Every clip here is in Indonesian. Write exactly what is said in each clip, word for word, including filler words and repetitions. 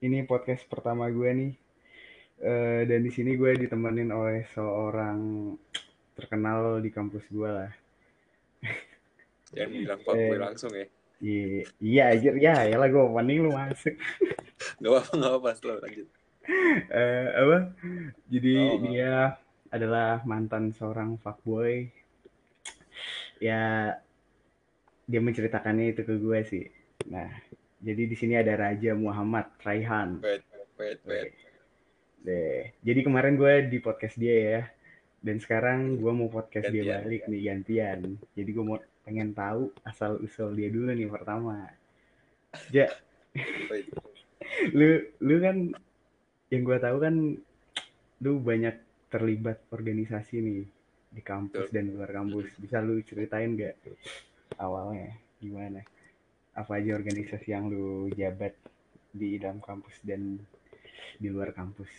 Ini podcast pertama gue nih. Eh, dan di sini gue ditemenin oleh seorang terkenal di kampus gue lah. Jangan bilang fuckboy Eh, langsung ya. i- iya, anjir, ya, ya lah gue opening lu masuk. Gak apa-apa, gak apa-apa. Slow, lanjut. Eh, apa? Jadi Gak apa-apa. dia adalah mantan seorang fuckboy. Ya, dia menceritakannya itu ke gue sih. Nah, jadi di sini ada Raja Muhammad Raihan. Wait, wait, Weh, wait. deh. Jadi kemarin gue di podcast dia ya. Dan sekarang gue mau podcast dia Gantian. balik nih gantian. Jadi gue mau pengen tahu asal usul dia dulu nih pertama. Ja, Wait. lu lu kan yang gue tahu kan lu banyak terlibat organisasi nih di kampus Betul. dan luar kampus. Mhm. Bisa lu ceritain gak awalnya gimana? Apa aja organisasi yang lu jabat di dalam kampus dan di luar kampus?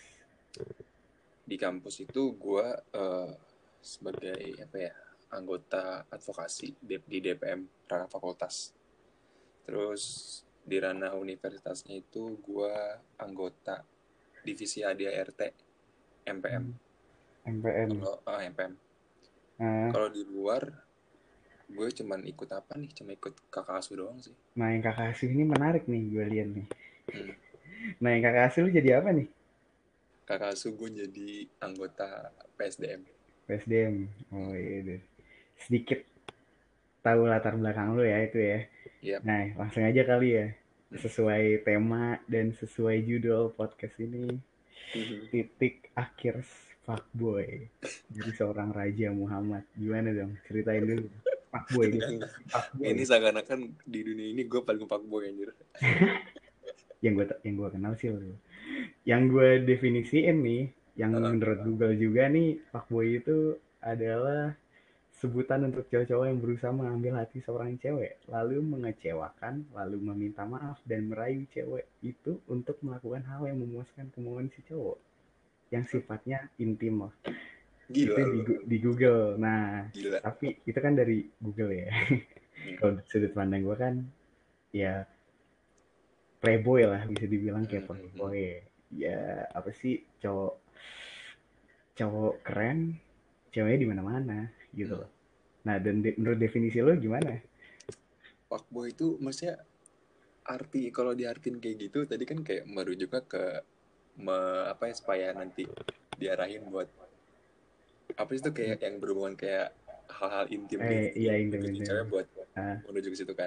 Di kampus itu gue uh, sebagai apa ya anggota advokasi di, di D P M ranah fakultas. Terus di ranah universitasnya itu gue anggota divisi A D A R T M P M. M P M. Kalau ah, M P M. Nah, Kalau di luar gue cuman ikut apa nih? Cuma ikut kakak asuh doang sih. nah yang kakak asuh ini menarik nih gue lihat nih. Hmm. Nah yang kakak asuh lu jadi apa nih? Kakak asuh gue jadi anggota P S D M. P S D M. Oh iya deh. Sedikit tahu latar belakang lu ya itu ya. Iya. Nah, langsung aja kali ya. Hmm. Sesuai tema dan sesuai judul podcast ini, Mhm. titik akhir fuckboy dari seorang Raja Muhammad. Gimana dong? Ceritain dulu. Fuckboy, Enggak, definisi enggak. fuckboy. Ini seakan-akan di dunia ini gue paling fuckboy anjir. Yang gue yang gue kenal sih lu. Yang gue definisiin nih, yang Heeh. menurut Google juga nih, fuckboy itu adalah sebutan untuk cowok-cowok yang berusaha mengambil hati seorang cewek, lalu mengecewakan, lalu meminta maaf dan merayu cewek itu untuk melakukan hal yang memuaskan kemauan si cowok, yang sifatnya intim loh. Itu Gila di, lu. di Google. Nah, Gila. tapi itu kan dari Google ya. Hmm. Kalau sudut pandang gue kan, ya playboy lah bisa dibilang Hmm, kayak hmm, hmm. playboy. Ya apa sih cowok cowok keren, ceweknya di mana-mana gitu Hmm. loh. Nah, dan de- menurut definisi lo gimana? Fuckboy itu maksudnya arti kalau diartin kayak gitu tadi kan kayak merujuknya ke me, apa ya supaya nanti diarahin buat apa sih itu kayak yang berhubungan kayak hal-hal intim kayak Eh, gitu iya yang deketin intim-intim. cewek buat Ah, menuju ke situ kan.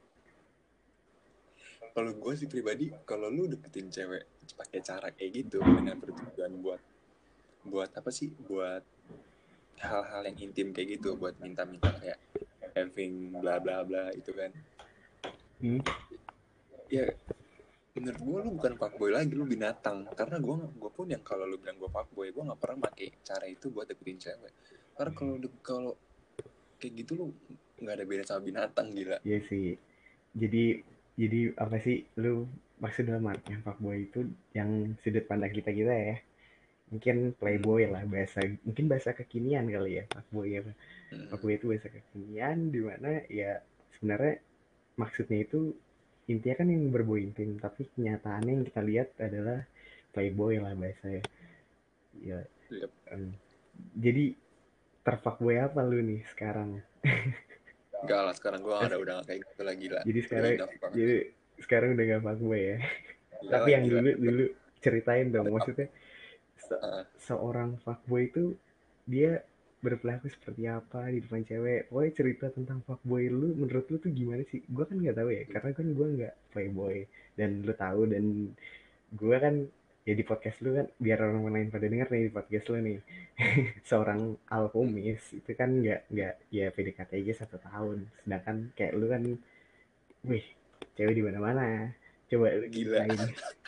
Kalau gue sih pribadi kalau lu deketin cewek pakai cara kayak gitu dengan bertujuan buat buat apa sih buat hal-hal yang intim kayak gitu buat minta-minta kayak having bla bla bla itu kan hmm, ya menurut gue lu bukan fuckboy lagi lu binatang karena gue gue pun yang kalau lu bilang gue fuckboy gue nggak pernah pakai cara itu buat deketin cewek karena kalau kalau kayak gitu lu nggak ada beda sama binatang gila. iya sih. Jadi jadi apa sih lu maksud dalam artian fuckboy itu yang sudut pandang kita kita ya? Mungkin Hmm. playboy lah bahasa mungkin bahasa kekinian kali ya fuckboy ya. Hmm. Fuckboy itu bahasa kekinian di mana ya sebenarnya maksudnya itu intinya kan yang berbau intim tapi kenyataannya yang kita lihat adalah playboy lah bahasa ya. Ya, Yep. em, jadi terfuckboy apa lu nih sekarang? Gak lah sekarang gue udah udah gak kayak gitu lagi lah Jadi udah sekarang enough banget. jadi sekarang udah gak fuckboy ya. Gila Tapi lah yang gila. dulu dulu ceritain dong Tetap. maksudnya se- Uh, seorang fuckboy itu dia berperilaku seperti apa di depan cewek. Pokoknya cerita tentang fuckboy lu menurut lu tuh gimana sih? Gue kan nggak tahu ya karena kan gue nggak playboy dan lu tahu dan gue kan ya di podcast lu kan biar orang lain pada denger nih di podcast lu nih seorang alkoholis itu kan nggak nggak ya P D K T aja satu tahun sedangkan kayak lu kan wih cewek di mana mana coba lu gila. ceritain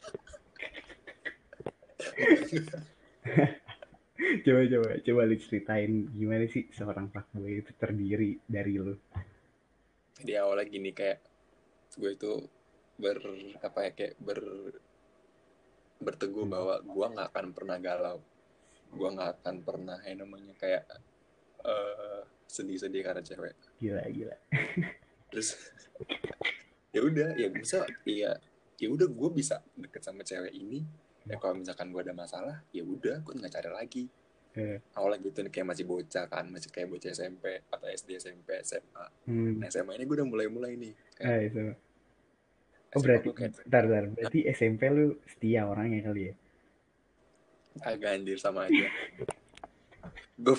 coba coba coba lu ceritain gimana sih seorang fuckboy itu terdiri dari lu. Di awalnya gini kayak gue itu ber apa ya kayak ber berteguh Hmm. bahwa gue nggak akan pernah galau gue nggak akan pernah yang namanya kayak eh sedih-sedih karena cewek Gila gila. terus ya udah ya bisa iya ya udah gue bisa deket sama cewek ini. Ya kalau misalkan gue ada masalah, ya udah gue nggak cari lagi. Eh, Awalnya gitu nih kayak masih bocah kan, masih kayak bocah S M P atau S D, S M P, S M A. hmm. Nah S M A ini gue udah mulai-mulai nih kayak Ah, itu. Oh S M A berarti, gue kayak bentar, bentar. Berarti S M P lu setia orangnya kali ya? agak anjir sama aja. Gue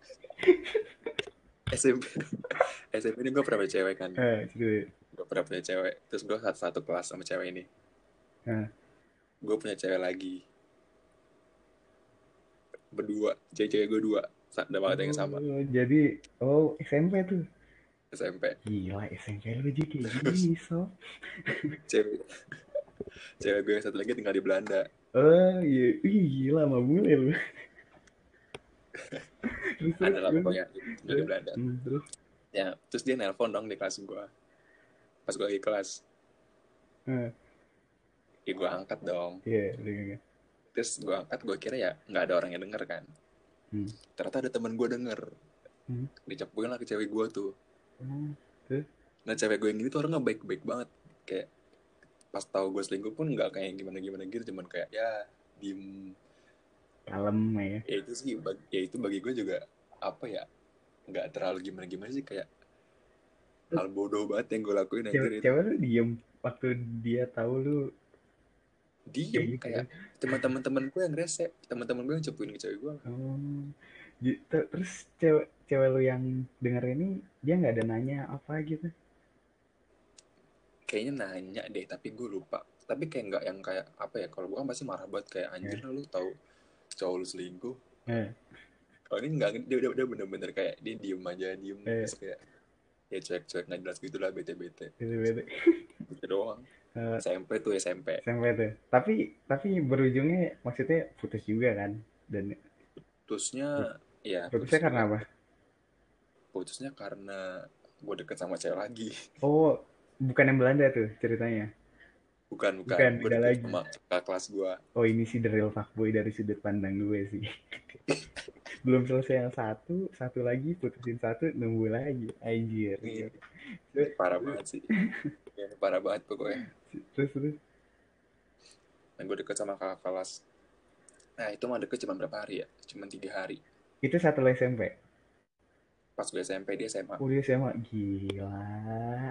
S M P S M P ini gue pernah punya cewek kan, Ah, itu. gue pernah punya cewek, terus gue satu satu kelas sama cewek ini, Ah. gue punya cewek lagi berdua, cewek-cewek gue dua ada banget yang sama. Oh, jadi, oh S M P tuh. S M P Gila, S M P lu aja kayak terus gini, so. cewek cewek gue yang satu lagi tinggal di Belanda. Oh, iya. Ih, gila, mah bule lu. Terus, terus, Ada lah terus. pokoknya tinggal di Terus, Belanda. hmm, terus. Ya terus dia nelpon dong di kelas gue pas gue lagi kelas. Ah, Ya gue angkat dong, iya, udah gak. terus gue angkat, gue kira ya nggak ada orang yang denger kan, Hmm. ternyata ada teman gue denger. Hmm. Dicepuin lah ke cewek gue tuh. Hmm. Terus, Nah cewek gue yang gini tuh orangnya baik-baik banget, kayak pas tahu gue selingkuh pun nggak kayak gimana-gimana gitu, cuman kayak ya diem. kalem ya. Ya itu sih bag- ya itu bagi gue juga apa ya, nggak terlalu gimana-gimana sih, kayak Terus, hal bodoh banget yang gue lakuin cewek, anjir itu. cewek lu diem waktu dia tahu lu kayak Diem gitu ya. kayak teman-teman teman gue yang rese, teman-teman gue yang cepuin ke cewek gue. Oh. Ji- ter- Terus cewek cewek lu yang denger ini dia nggak ada nanya apa gitu? Kayaknya nanya deh tapi gue lupa, tapi kayak nggak yang kayak apa ya, kalau gue kan pasti marah banget kayak anjir Eh, lah lu tahu cowok lu selingkuh. eh, Kalau ini nggak, dia udah udah bener-bener kayak dia diem aja, diem eh, terus kayak ya cuek-cuek nggak jelas gitulah, bete-bete bete-bete. gitu doang. Eh, S M P tuh S M P. S M P tuh. Tapi tapi berujungnya maksudnya putus juga kan? Dan Putusnya ya putusnya putus karena juga. apa? Putusnya karena gue deket sama cewek lagi. Oh, bukan yang Belanda tuh ceritanya. bukan bukan Bukan, gue beda deket lagi. sama kakak kelas gue. Oh, ini sih the real fuckboy dari sudut pandang gue sih. Belum selesai yang satu, satu lagi putusin satu, nunggu lagi. Anjir. Ini Terus, parah banget sih, ya, parah banget pokoknya. terus, terus. Nah gue deket sama kakak kelas. Nah itu mah deket cuma berapa hari ya, cuma tiga hari. Itu satu S M P. Pas gue S M P dia S M A. Oh, dia S M A. Gila.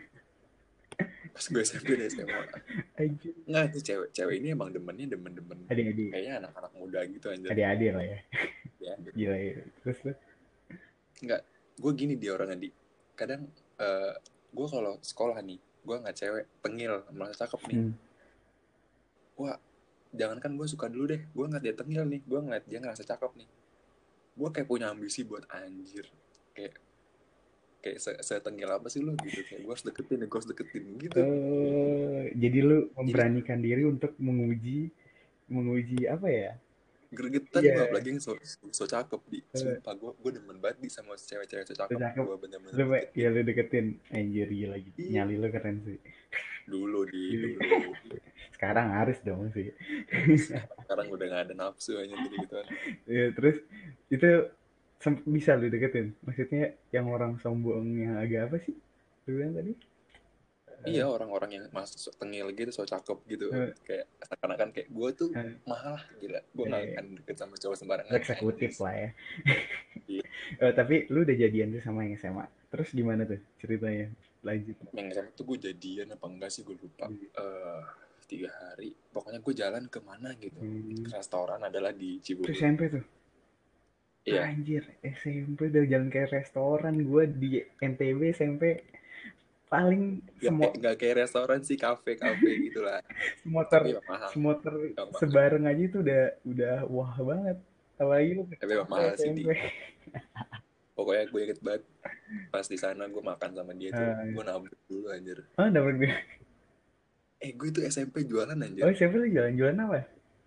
Pas gue S M P dia S M A. Anjir. Nggak, itu cewek cewek ini emang demennya demen-demen Adik-adik. kayaknya anak-anak muda gitu anjir. Adik-adik lah ya. Ya Gila ya. Terus, terus. nggak, gue gini dia orangnya di kadang uh, gue kalau sekolah nih gue nggak cewek tengil merasa cakep nih, Hmm. wah jangankan gue suka dulu deh, gue ngeliat dia tengil nih, gue ngeliat dia ngerasa cakep nih, gue kayak punya ambisi buat anjir, kayak kayak se- setengil apa sih lu gitu, kayak gue harus deketin, gue harus deketin gitu. Oh, jadi lu Jadi memberanikan diri untuk menguji, menguji apa ya? gregetan gue, Iya, apalagi yang so, so cakep di, eh, sumpah gue gue demen banget di sama cewek-cewek so lu cakep, cakep, gue bener-bener lu ya deketin. lu deketin, anjir gila gitu. Iya Nyali lu keren sih. dulu di Jadi, dulu sekarang harus dong sih. sekarang udah gak ada nafsu aja gitu gituan. Ya, terus itu sem- bisa lu deketin. Maksudnya yang orang sombong yang agak apa sih? Lu bilang tadi? Iya orang-orang yang masuk tengil gitu so cakep gitu, Eh, kayak seakan-akan kayak gue tuh eh, mahal lah, gila gue nggak eh, akan deket sama cowok sembarangan eksekutif anjir. lah ya. Iya. Eh, tapi lu udah jadian tuh sama yang S M A. Terus gimana tuh ceritanya? Lanjut. Yang S M A tuh gue jadian apa enggak sih gue lupa. Eh tiga hari pokoknya gue jalan kemana gitu, Hmm. ke restoran adalah di Terus Cibubur. S M P tuh. Iya Anjir, S M P udah jalan kayak restoran. Gue di N T B S M P paling nggak semua kayak nggak kayak restoran sih, kafe kafe gitulah, semotor tapi emang mahal, semotor emang mahal, sebareng aja itu udah udah wah banget. Apalagi lu ke tapi emang kafe mahal sih S M P. di, pokoknya gue inget banget pas di sana gue makan sama dia tuh Ah, gue nabrak dulu anjir. oh, dapet gue. Eh gue tuh S M P jualan Oh, anjir. S M P lu jalan-jalan apa?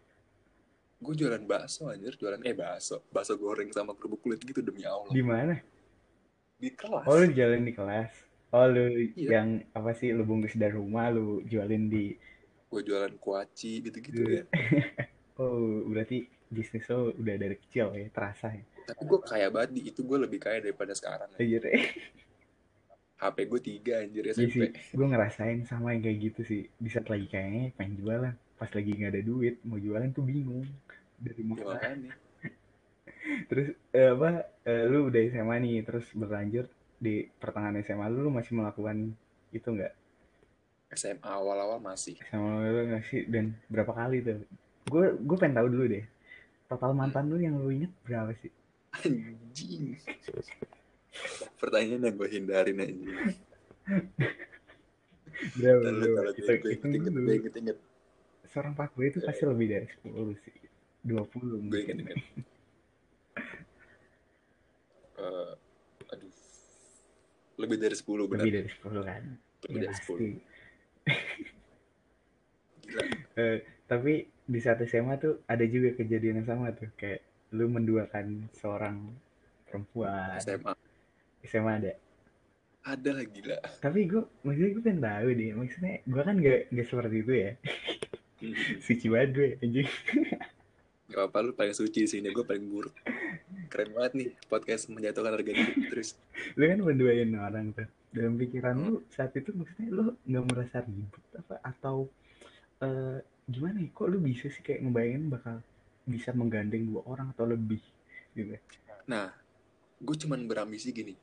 Gue jualan bakso anjir, jualan eh bakso bakso goreng sama kerupuk kulit gitu demi Allah Di mana? di Oh, lu kelas. jalan di kelas. Oh, lu Iya yang apa sih? Lu bungkus dari rumah, lu jualin di. gue jualan kuaci gitu-gitu di- kan. Oh, berarti bisnis lo udah dari kecil ya, terasa ya. Tapi gue kaya banget di itu, gue lebih kaya daripada sekarang anjir. Anjir. H P gue tiga anjir Iya S M P. sih, gue ngerasain sama yang kayak gitu sih. Di saat lagi kayaknya pengen jualan, pas lagi nggak ada duit, mau jualan tuh bingung dari Ya mana. makanya. Terus eh, apa? eh, lu udah S M A nih, terus berlanjut di pertengahan S M A lu, lu masih melakukan itu nggak? S M A awal-awal masih. S M A lu nggak sih? Dan berapa kali tuh? Gue gue pengen tahu dulu deh. Total Hmm. mantan lu yang lu inget berapa sih? Anjing. Pertanyaan yang gue hindarin anjing. Berapa, Dan lu berapa? kalau gue Hitung, gue hitung inget-inget, gue dulu. inget-inget. Seorang fuckboy itu pasti Eh, lebih dari sepuluh sih. Dua puluh gue mungkin. inget-inget. Eh, aduh, lebih dari sepuluh Lebih benar. dari sepuluh kan? Lebih Ya dari sepuluh. pasti. Gila. Eh, tapi di saat S M A tuh ada juga kejadian yang sama tuh. Kayak lu menduakan seorang perempuan. S M A S M A ada. ada lah gila. Tapi gue, maksudnya gue pengen tahu deh. Maksudnya gue kan gak, gak seperti itu ya. Suci banget gue, anjing. Gak apa-apa, lu paling suci di sini, gue paling buruk. Keren banget nih podcast menjatuhkan harga diri. Terus Lu kan menduain orang tuh. Dalam pikiran hmm, lu saat itu maksudnya lu gak merasa ribet apa? Atau eh, gimana ya? Kok lu bisa sih kayak ngebayangin bakal bisa menggandeng dua orang atau lebih gitu? nah, gue cuman berambisi gini.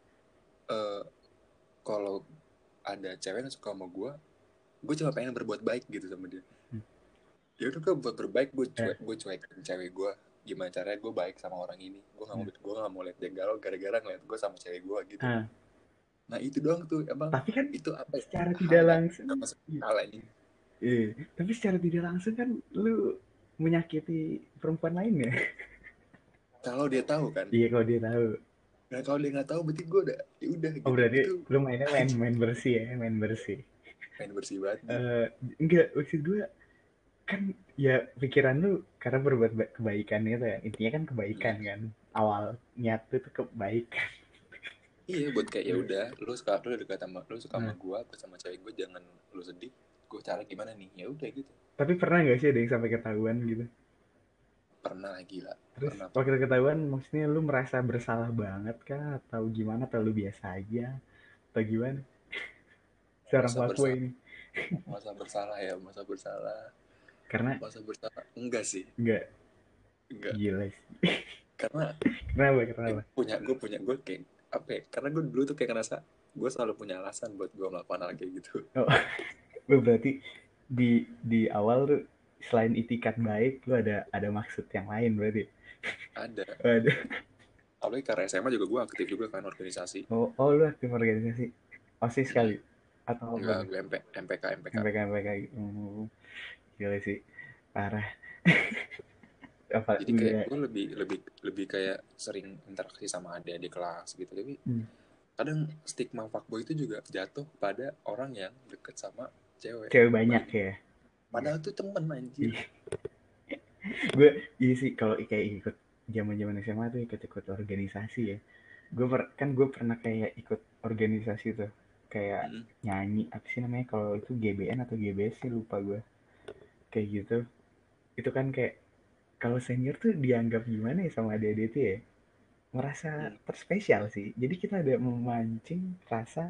eh Kalau ada cewek yang suka sama gue, gue cuma pengen berbuat baik gitu sama dia. Hmm. Ya udah, gue buat berbaik, gue Ya, cuek gue cuekin cewek gue. Gimana caranya gue baik sama orang ini? Gue nggak mau ya. gue nggak mau lihat dia galau gara-gara ngeliat gue sama cewek gue gitu. Ah, Nah itu doang tuh emang, tapi kan itu apa ya, secara hal tidak yang gak langsung, masuk akal ini. iya, tapi secara tidak langsung kan lu menyakiti perempuan lain ya. Kalau dia tahu kan, Iya kalau dia tahu. nah kalau dia nggak tahu berarti gue udah ya udah Oh gitu. berarti Itu lu mainnya main main bersih ya, main bersih. main bersih banget nih. Eh enggak, maksud gue kan ya pikiran lu karena berbuat ba- kebaikan itu ya, intinya kan kebaikan Hmm. kan, awal niat lu tuh kebaikan. Iya, buat kayak ya udah, lu suka lu udah dekat sama lu suka sama Nah, gue, aku sama cewek gue, jangan lu sedih. Gue cara gimana nih? Ya udah gitu. tapi pernah nggak sih ada yang sampai ketahuan gitu? Pernah gila, Terus pernah waktu pernah. ketahuan maksudnya lu merasa bersalah banget kah atau gimana, atau lu biasa aja atau gimana? Seorang Masa fuckboy bersalah, ini. masa bersalah ya, masa bersalah, Karena masa bersalah. Enggak sih, nggak, enggak. gila sih. Karena Kenapa, eh, kenapa? punya gue punya gue kayak apa ya? Karena gue dulu tuh kayak ngerasa gue selalu punya alasan buat gue melakukan hal kayak gitu. Oh, lu berarti di di awal tuh selain itikat baik, lu ada ada maksud yang lain berarti. Ada. Oh, ada. Apalagi karena S M A juga gue aktif juga kan organisasi. Oh, oh lu aktif organisasi. OSIS Hmm. kali atau apa Enggak, tuh? gue M P, M P K, M P K. M P K M P K gitu. Oh, gila sih. Parah. Apa Jadi kayak enggak? gue lebih lebih lebih kayak sering interaksi sama adik-adik kelas gitu. Tapi Hmm. kadang stigma fuckboy itu juga jatuh pada orang yang deket sama cewek Cewek banyak banyak. ya. Iya. Padahal tuh temen anjir. Iya. Gue iya sih kalau kayak ikut zaman-zaman S M A tuh ikut-ikut organisasi ya. Gue per- kan gue pernah kayak ikut organisasi tuh, kayak Mm-mm. nyanyi apa sih namanya, kalau itu G B N atau G B S sih lupa gue, kayak gitu. Itu kan kayak kalau senior tuh dianggap gimana ya sama adik-adik tuh ya, merasa Hmm. terspesial sih, jadi kita ada memancing rasa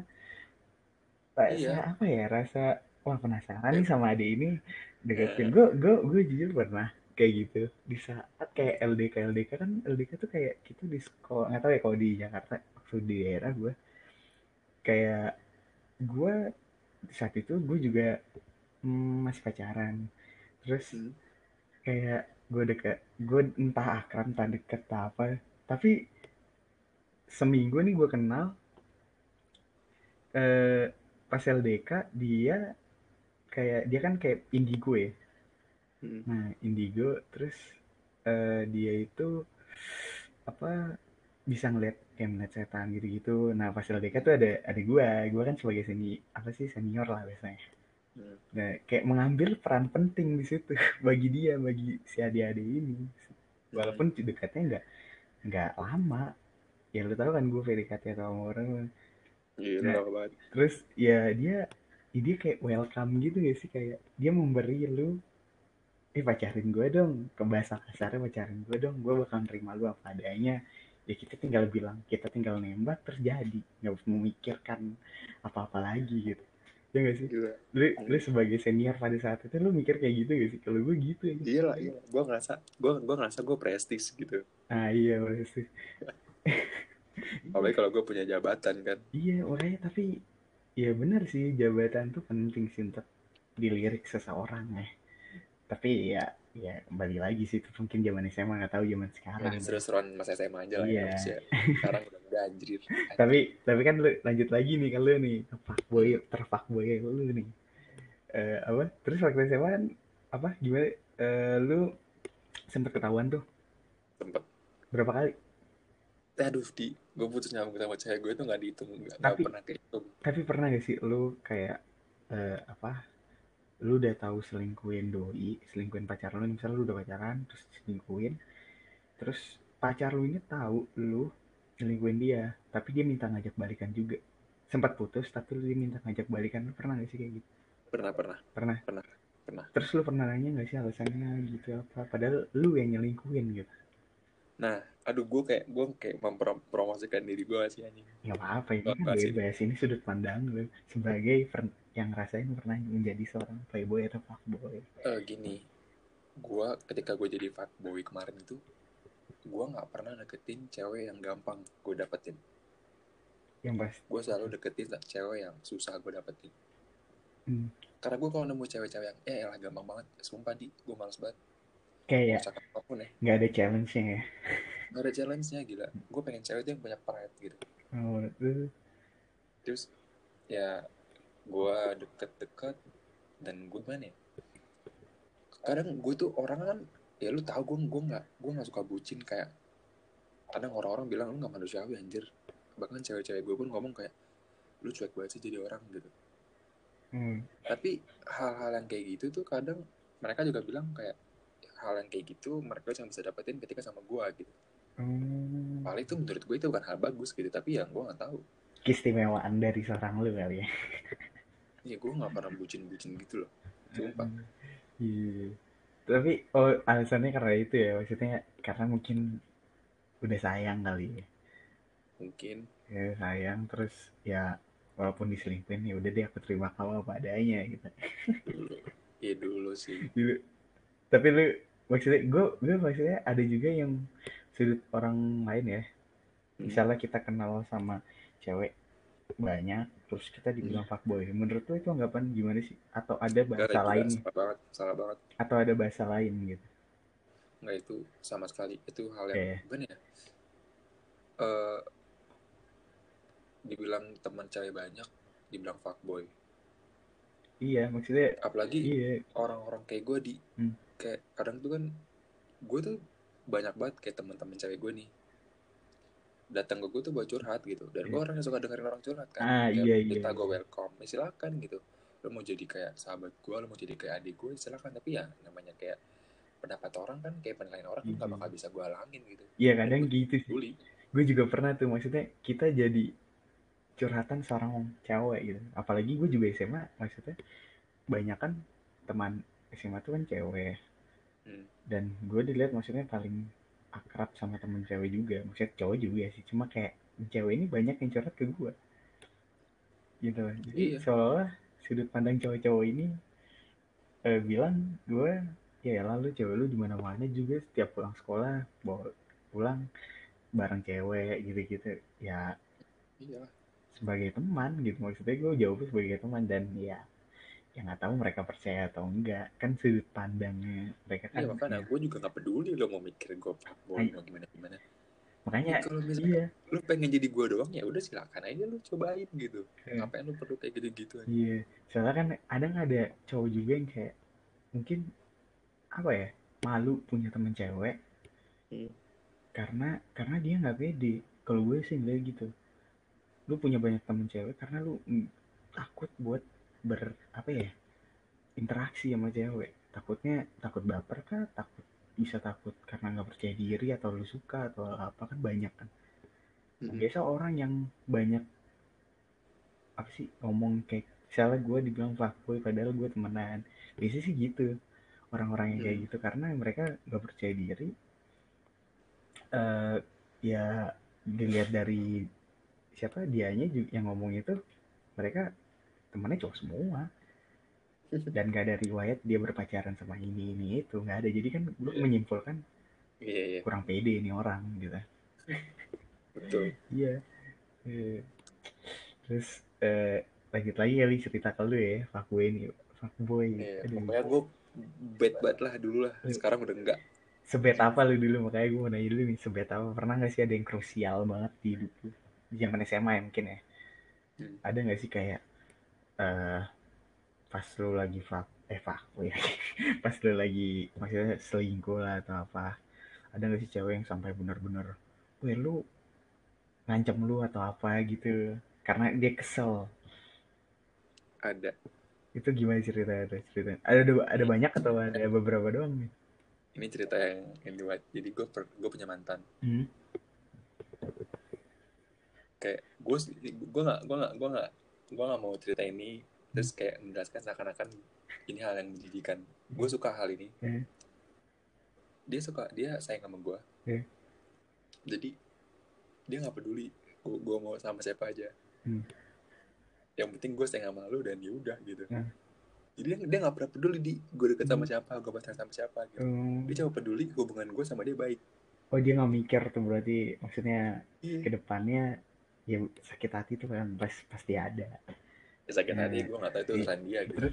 rasa Iya, apa ya, rasa wah penasaran nih kayak sama adik ini, deketin. eh, Gue gue gue jujur pernah kayak gitu di saat kayak L D K. L D K kan, L D K tuh kayak kita di sekolah, nggak tahu ya kalau di Jakarta, waktu di daerah gue kayak gue saat itu gue juga mm, masih pacaran. Terus hmm. kayak gue deket, gue entah akrab entah deket entah apa, tapi seminggu nih gue kenal, eh, pas L D K dia kayak, dia kan kayak indigo ya. Hmm. Nah indigo, terus eh, dia itu apa, bisa ngeliat kayak ngeliat setan gitu-gitu. Nah pas L D K tuh ada ada gue gue kan sebagai seni apa sih, senior lah biasanya. Hmm. Nah kayak mengambil peran penting di situ bagi dia, bagi si adik-adik ini, Hmm. walaupun dekatnya nggak nggak lama. Ya lu tahu kan gue P D K T sama orang. Gila Nah banget. terus ya dia, ya dia kayak welcome gitu gak sih, kayak dia memberi lu, eh pacarin gue dong, ke bahasa kasarnya pacarin gue dong, gue bakal nerima lu apa adanya. Ya kita tinggal bilang, kita tinggal nembak terjadi, nggak memikirkan apa-apa lagi gitu. Ya nggak sih? Gila. Lu, lu Hmm. sebagai senior pada saat itu lu mikir kayak gitu gak sih? Kalau gue gitu aja. Iya lah, iya. Gue ngerasa, gue gue ngerasa gue prestis gitu. Ah iya pasti. Apalagi kalau gue punya jabatan kan. Iya makanya tapi ya benar sih jabatan tuh penting sih untuk dilirik seseorang ya. Tapi ya ya kembali lagi sih itu mungkin zaman S M A nggak tahu zaman sekarang Ngomongin ya. seru-seruan masa S M A aja lah ya. Habis Iya. ya sekarang udah udah anjir. tapi Anjir. tapi kan lu lanjut lagi nih kalau nih fuckboy Hmm. terfuckboy lu nih. Eh, apa terus waktu S M A kan apa gimana. Eh, lu sempet ketahuan tuh Sempet. berapa kali. Aduh, di gue putus nyambung sama cewek gue itu nggak dihitung, nggak nggak tapi pernah kehitung. tapi pernah gak sih lu kayak eh, apa lu udah tahu selingkuhin doi selingkuhin pacar lu misalnya lu udah pacaran terus selingkuhin terus pacar lu ini tahu lu selingkuhin dia tapi dia minta ngajak balikan juga sempat putus tapi lu dia minta ngajak balikan lu pernah gak sih kayak gitu. Pernah, pernah, Pernah. pernah, pernah. Terus lu pernah nanya gak sih alasannya gitu apa padahal lu yang nyelingkuhin gitu. Nah, aduh, gue kayak gue kayak mempromosikan diri gue sih anjing. Nggak apa-apa ini Gak kan gak sih. bebas ini sudut pandang lu sebagai per- yang ngerasain pernah menjadi seorang playboy atau fuckboy. Eh, gini, gue ketika gue jadi fuckboy kemarin itu, gue nggak pernah deketin cewek yang gampang gue dapetin. Yang pas Gue selalu deketin cewek yang susah gue dapetin. hmm, Karena gue kalau nemu cewek-cewek yang eh elah gampang banget, sumpah di gue males banget. Mau kayak cakep apapun ya, nggak ada challenge-nya ya. nggak ada challenge-nya, gila. Gue pengen cewek tuh yang banyak pride gitu. Oh, itu Terus ya gue deket-deket dan gue mana ya, kadang gue tuh orang kan, ya lu tahu gue gue nggak gue nggak suka bucin. Kayak kadang orang-orang bilang lu nggak manusiawi anjir, bahkan cewek-cewek gue pun ngomong kayak lu cuek banget sih jadi orang gitu. hmm, Tapi hal-hal yang kayak gitu tuh kadang mereka juga bilang kayak hal yang kayak gitu mereka cuma bisa dapetin ketika sama gue gitu. hmm. Paling itu menurut gue itu bukan hal bagus gitu, tapi ya gue nggak tahu. Keistimewaan dari seorang lu kali ya. Ya gue nggak pernah bucin-bucin gitu loh, sumpah. Iya. Tapi oh alasannya karena itu ya maksudnya karena mungkin udah sayang kali ya. Mungkin Ya sayang terus ya walaupun diselingkuhin ya udah deh aku terima kamu apa adanya gitu. dulu, ya dulu sih. Gitu. Tapi lu maksudnya gue gue maksudnya ada juga yang sudut orang lain ya. Hmm. Misalnya kita kenal sama cewek banyak terus kita Hmm. dibilang fuckboy. Menurut lu itu anggapan gimana sih? Atau ada Gak, bahasa gila, lain? salah banget, salah banget. Atau ada bahasa lain gitu? Nggak, itu sama sekali itu hal yang Kayak gimana ya, Eh dibilang teman cewek banyak, dibilang fuckboy. iya maksudnya Apalagi iya. orang-orang kayak gue di Hmm. kayak kadang tuh kan gue tuh banyak banget kayak teman-teman cewek gue nih datang ke gue tuh buat curhat gitu, dan gue Iya. orang yang suka dengerin orang curhat kan. Ah Kayak iya lu iya cerita gue iya. welcome, ya silakan gitu. Lo mau jadi kayak sahabat gue, lo mau jadi kayak adik gue, silakan. Tapi ya namanya kayak pendapat orang kan, kayak penilaian orang kan gak Iya. bakal bisa gue halangin gitu. Iya Dan kadang gue gitu sih. peduli. Gue juga pernah tuh maksudnya kita jadi curhatan seorang cewek gitu. Apalagi gue juga S M A maksudnya banyak kan teman S M A tuh kan cewek Hmm. dan gue dilihat maksudnya paling akrab sama temen cewek juga. Maksudnya cowok juga sih. Cuma kayak cewek ini banyak yang curhat ke gue gitu. Jadi Iya. seolah sudut pandang cowok-cowok ini eh, bilang gue ya lalu cewek lu di mana-mana juga setiap pulang sekolah bawa pulang bareng cewek gitu-gitu ya Iya. sebagai teman gitu maksudnya gue jauh sebagai teman dan ya yang nggak tahu mereka percaya atau enggak kan sudut pandangnya mereka Iya kan makanya ya gue juga gak peduli lo mau mikir gue fuckboy ay- mau gimana gimana. makanya Ya kalau misalnya iya lo pengen jadi gue doang ya udah silakan aja lo cobain gitu. eh, Ngapain lo perlu kayak gitu-gitu aja? iya soalnya kan ada nggak ada cowok juga yang kayak mungkin apa ya malu punya temen cewek Hmm. karena karena dia nggak pede kalau gue sih nggak gitu lu punya banyak temen cewek karena lu mm, takut buat ber apa ya interaksi sama cewek takutnya takut baper kah takut bisa takut karena nggak percaya diri atau lu suka atau apa kan banyak kan. Nah, Hmm. biasa orang yang banyak apa sih ngomong kayak misalnya gue dibilang fuckboy padahal gue temenan biasanya sih gitu orang-orang yang kayak Hmm. gitu karena mereka nggak percaya diri eh, ya dilihat dari siapa dianya juga yang ngomong itu, mereka temannya cowok semua, dan gak ada riwayat dia berpacaran sama ini ini itu, nggak ada. Jadi kan gue Iya, menyimpulkan iya, iya, kurang pede ini orang gitu. betul. Iya. Eh, terus eh, lanjut lagi kali cerita ke lu ya, fuckboy ini, fuckboy. Iya, Aduh, pokoknya gue bad banget lah dulu lah. lu Sekarang udah enggak. sebet apa lu dulu? Makanya gue mau nanya dulu nih, sebet apa? Pernah gak sih ada yang krusial banget di hidup lu di zaman S M A ya mungkin ya? Hmm. Ada gak sih kayak eh pas lu lagi fuck eh fuckboy ya, pas lu lagi maksudnya selingkuh lah atau apa, ada gak sih cewek yang sampai bener-bener, weh lu ngancem lu atau apa gitu karena dia kesel? Ada. Itu gimana ceritanya tuh, cerita ada ada Ini, banyak atau ada beberapa doang nih? ini cerita yang yang dibuat. Jadi gue gue punya mantan. Hmm. Kayak gue gue nggak gue nggak gue nggak gue nggak mau cerita ini Hmm. terus kayak menjelaskan seakan-akan ini hal yang menjijikan. Gue suka hal ini. Eh, Dia suka, dia sayang sama gue. eh. Jadi dia nggak peduli gue gue mau sama siapa aja. Hmm. Yang penting gue sayang sama lu dan ya udah gitu. Nah. Jadi dia dia nggak pernah peduli di gue deket sama Hmm. siapa, gue pacaran sama siapa gitu. Dia Hmm. cuma peduli hubungan gue sama dia baik. Oh dia nggak mikir tuh berarti, maksudnya ke Iya. depannya ya sakit hati tuh kan pas pasti ada. Ya sakit hati Nah, gue nggak tahu itu i- urusan dia gitu. terus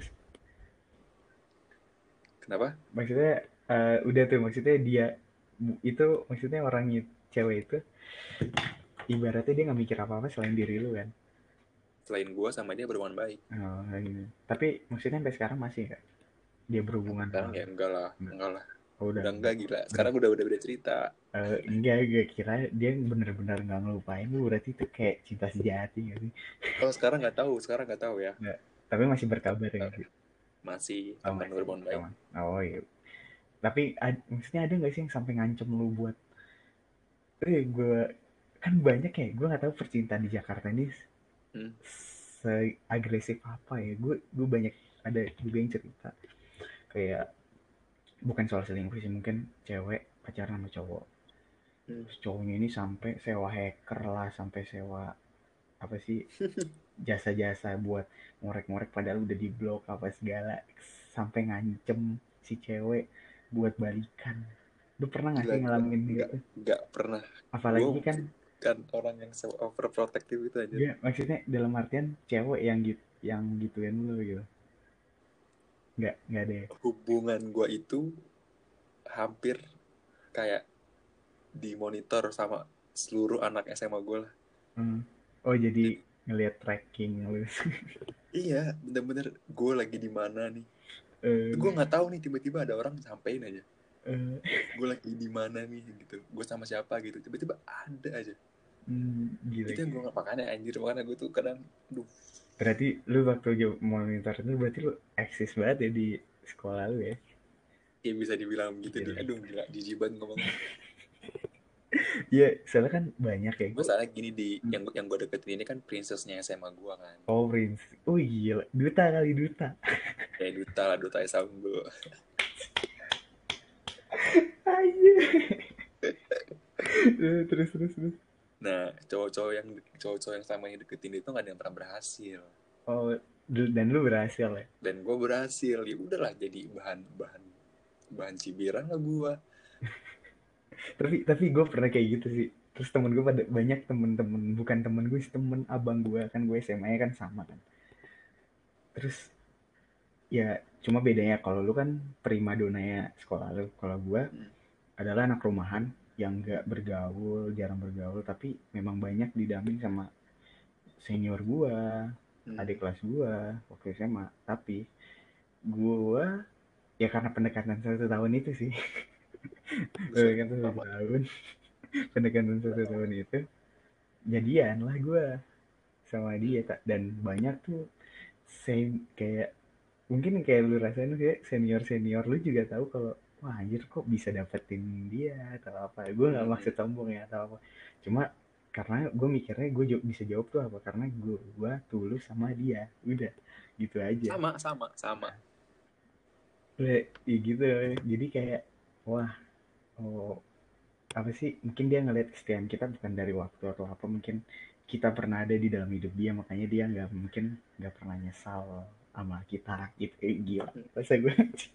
Kenapa? maksudnya eh, udah tuh, maksudnya dia itu, maksudnya orang itu, cewek itu ibaratnya dia nggak mikir apa-apa selain diri lu kan. Selain gue sama dia berhubungan baik. Oh, kayak gitu. Tapi maksudnya sampai sekarang masih nggak dia Sampai berhubungan sekarang sama ya lu? enggak lah, Enggak. enggak lah. Oh, udah Udah enggak gila. udah Sekarang udah udah beda cerita. Eh, enggak, gue kira dia bener-bener nggak ngelupain lu, berarti itu kayak cinta sejati gak sih? Oh sekarang nggak tahu, sekarang nggak tahu ya. Enggak. Tapi masih berkabar ya sih? Masih Oh teman masih, berhubungan baik. teman. Oh iya. Tapi ad- maksudnya ada nggak sih yang sampai ngancem lu buat, eh gue kan banyak ya, gue nggak tahu percintaan di Jakarta ini Hmm. seagresif apa ya. Gue gue banyak ada juga yang cerita kayak bukan soal selingkuh sih, mungkin cewek pacaran sama cowok. Hmm. Terus cowoknya ini sampai sewa hacker lah, sampai sewa apa sih, jasa-jasa buat ngorek-ngorek padahal udah di blok apa segala, sampai ngancem si cewek buat balikan. Lu pernah nggak Gila sih gila. ngalamin Nggak gitu? nggak pernah. Gue Apalagi kan bukan orang yang so overprotective itu aja. dia maksudnya dalam artian cewek yang gitu, yang gituin lu gitu, nggak nggak ada ya? Hubungan gue itu hampir kayak dimonitor sama seluruh anak S M A gue lah. Hmm. Oh jadi Jadi ngelihat tracking lu. iya, bener-bener gue lagi di mana nih. Eh, Gue nggak tahu nih tiba-tiba ada orang sampein aja. eh, Gue lagi di mana nih gitu. Gue sama siapa gitu. Tiba-tiba ada aja. hmm, gila. Itu yang gue nggak, makanya anjir, makanya gue tuh kadang duh, Berarti lu waktu jo- monitor itu berarti lu eksis banget ya di sekolah lu ya? ya bisa dibilang gitu di, Gila. aduh gila jijik banget ngomongnya. Iya, soalnya kan banyak ya. Gue, Masalah gini, di yang yang gue deketin ini kan princessnya S M A gue kan. oh Prince. Oh gila, duta kali duta. Kayak duta lah, duta Sambo. Aja. terus terus terus. Nah, cowok-cowok yang cowok-cowok yang selama ini deketin itu nggak ada yang pernah berhasil. Oh, du- dan lu berhasil ya? Dan gue berhasil, ya udahlah jadi bahan bahan bahan cibiran lah gue. Tapi tapi gue pernah kayak gitu sih. Terus temen gue pada banyak, temen-temen bukan temen gue sih, temen abang gue kan, gue S M A kan sama kan. Terus ya cuma bedanya kalau lu kan prima donanya sekolah lu, kalau gue Hmm. adalah anak rumahan yang gak bergaul, jarang bergaul, tapi memang banyak didamping sama senior gua, Hmm. adik kelas gua waktu S M A. Tapi gua ya karena pendekatan satu tahun itu sih, Buset, pendekatan satu lama. tahun, pendekatan satu tahun itu jadian lah gua sama dia. Hmm. Tak, dan banyak tuh same kayak, mungkin kayak lu rasain kayak senior senior lu juga tahu kalau wah anjir kok bisa dapetin dia atau apa. Gue nggak Hmm. maksud sombong ya atau apa, cuma karena gue mikirnya gue bisa jawab tuh apa, karena gue gue tulus sama dia, udah gitu aja. Sama sama sama. Udah ya gitu, jadi kayak wah, oh apa sih, mungkin dia ngelihat kesetiaan kita bukan dari waktu atau apa, mungkin kita pernah ada di dalam hidup dia, makanya dia nggak mungkin nggak pernah nyesal sama kita gitu. Eh, gila masa gue.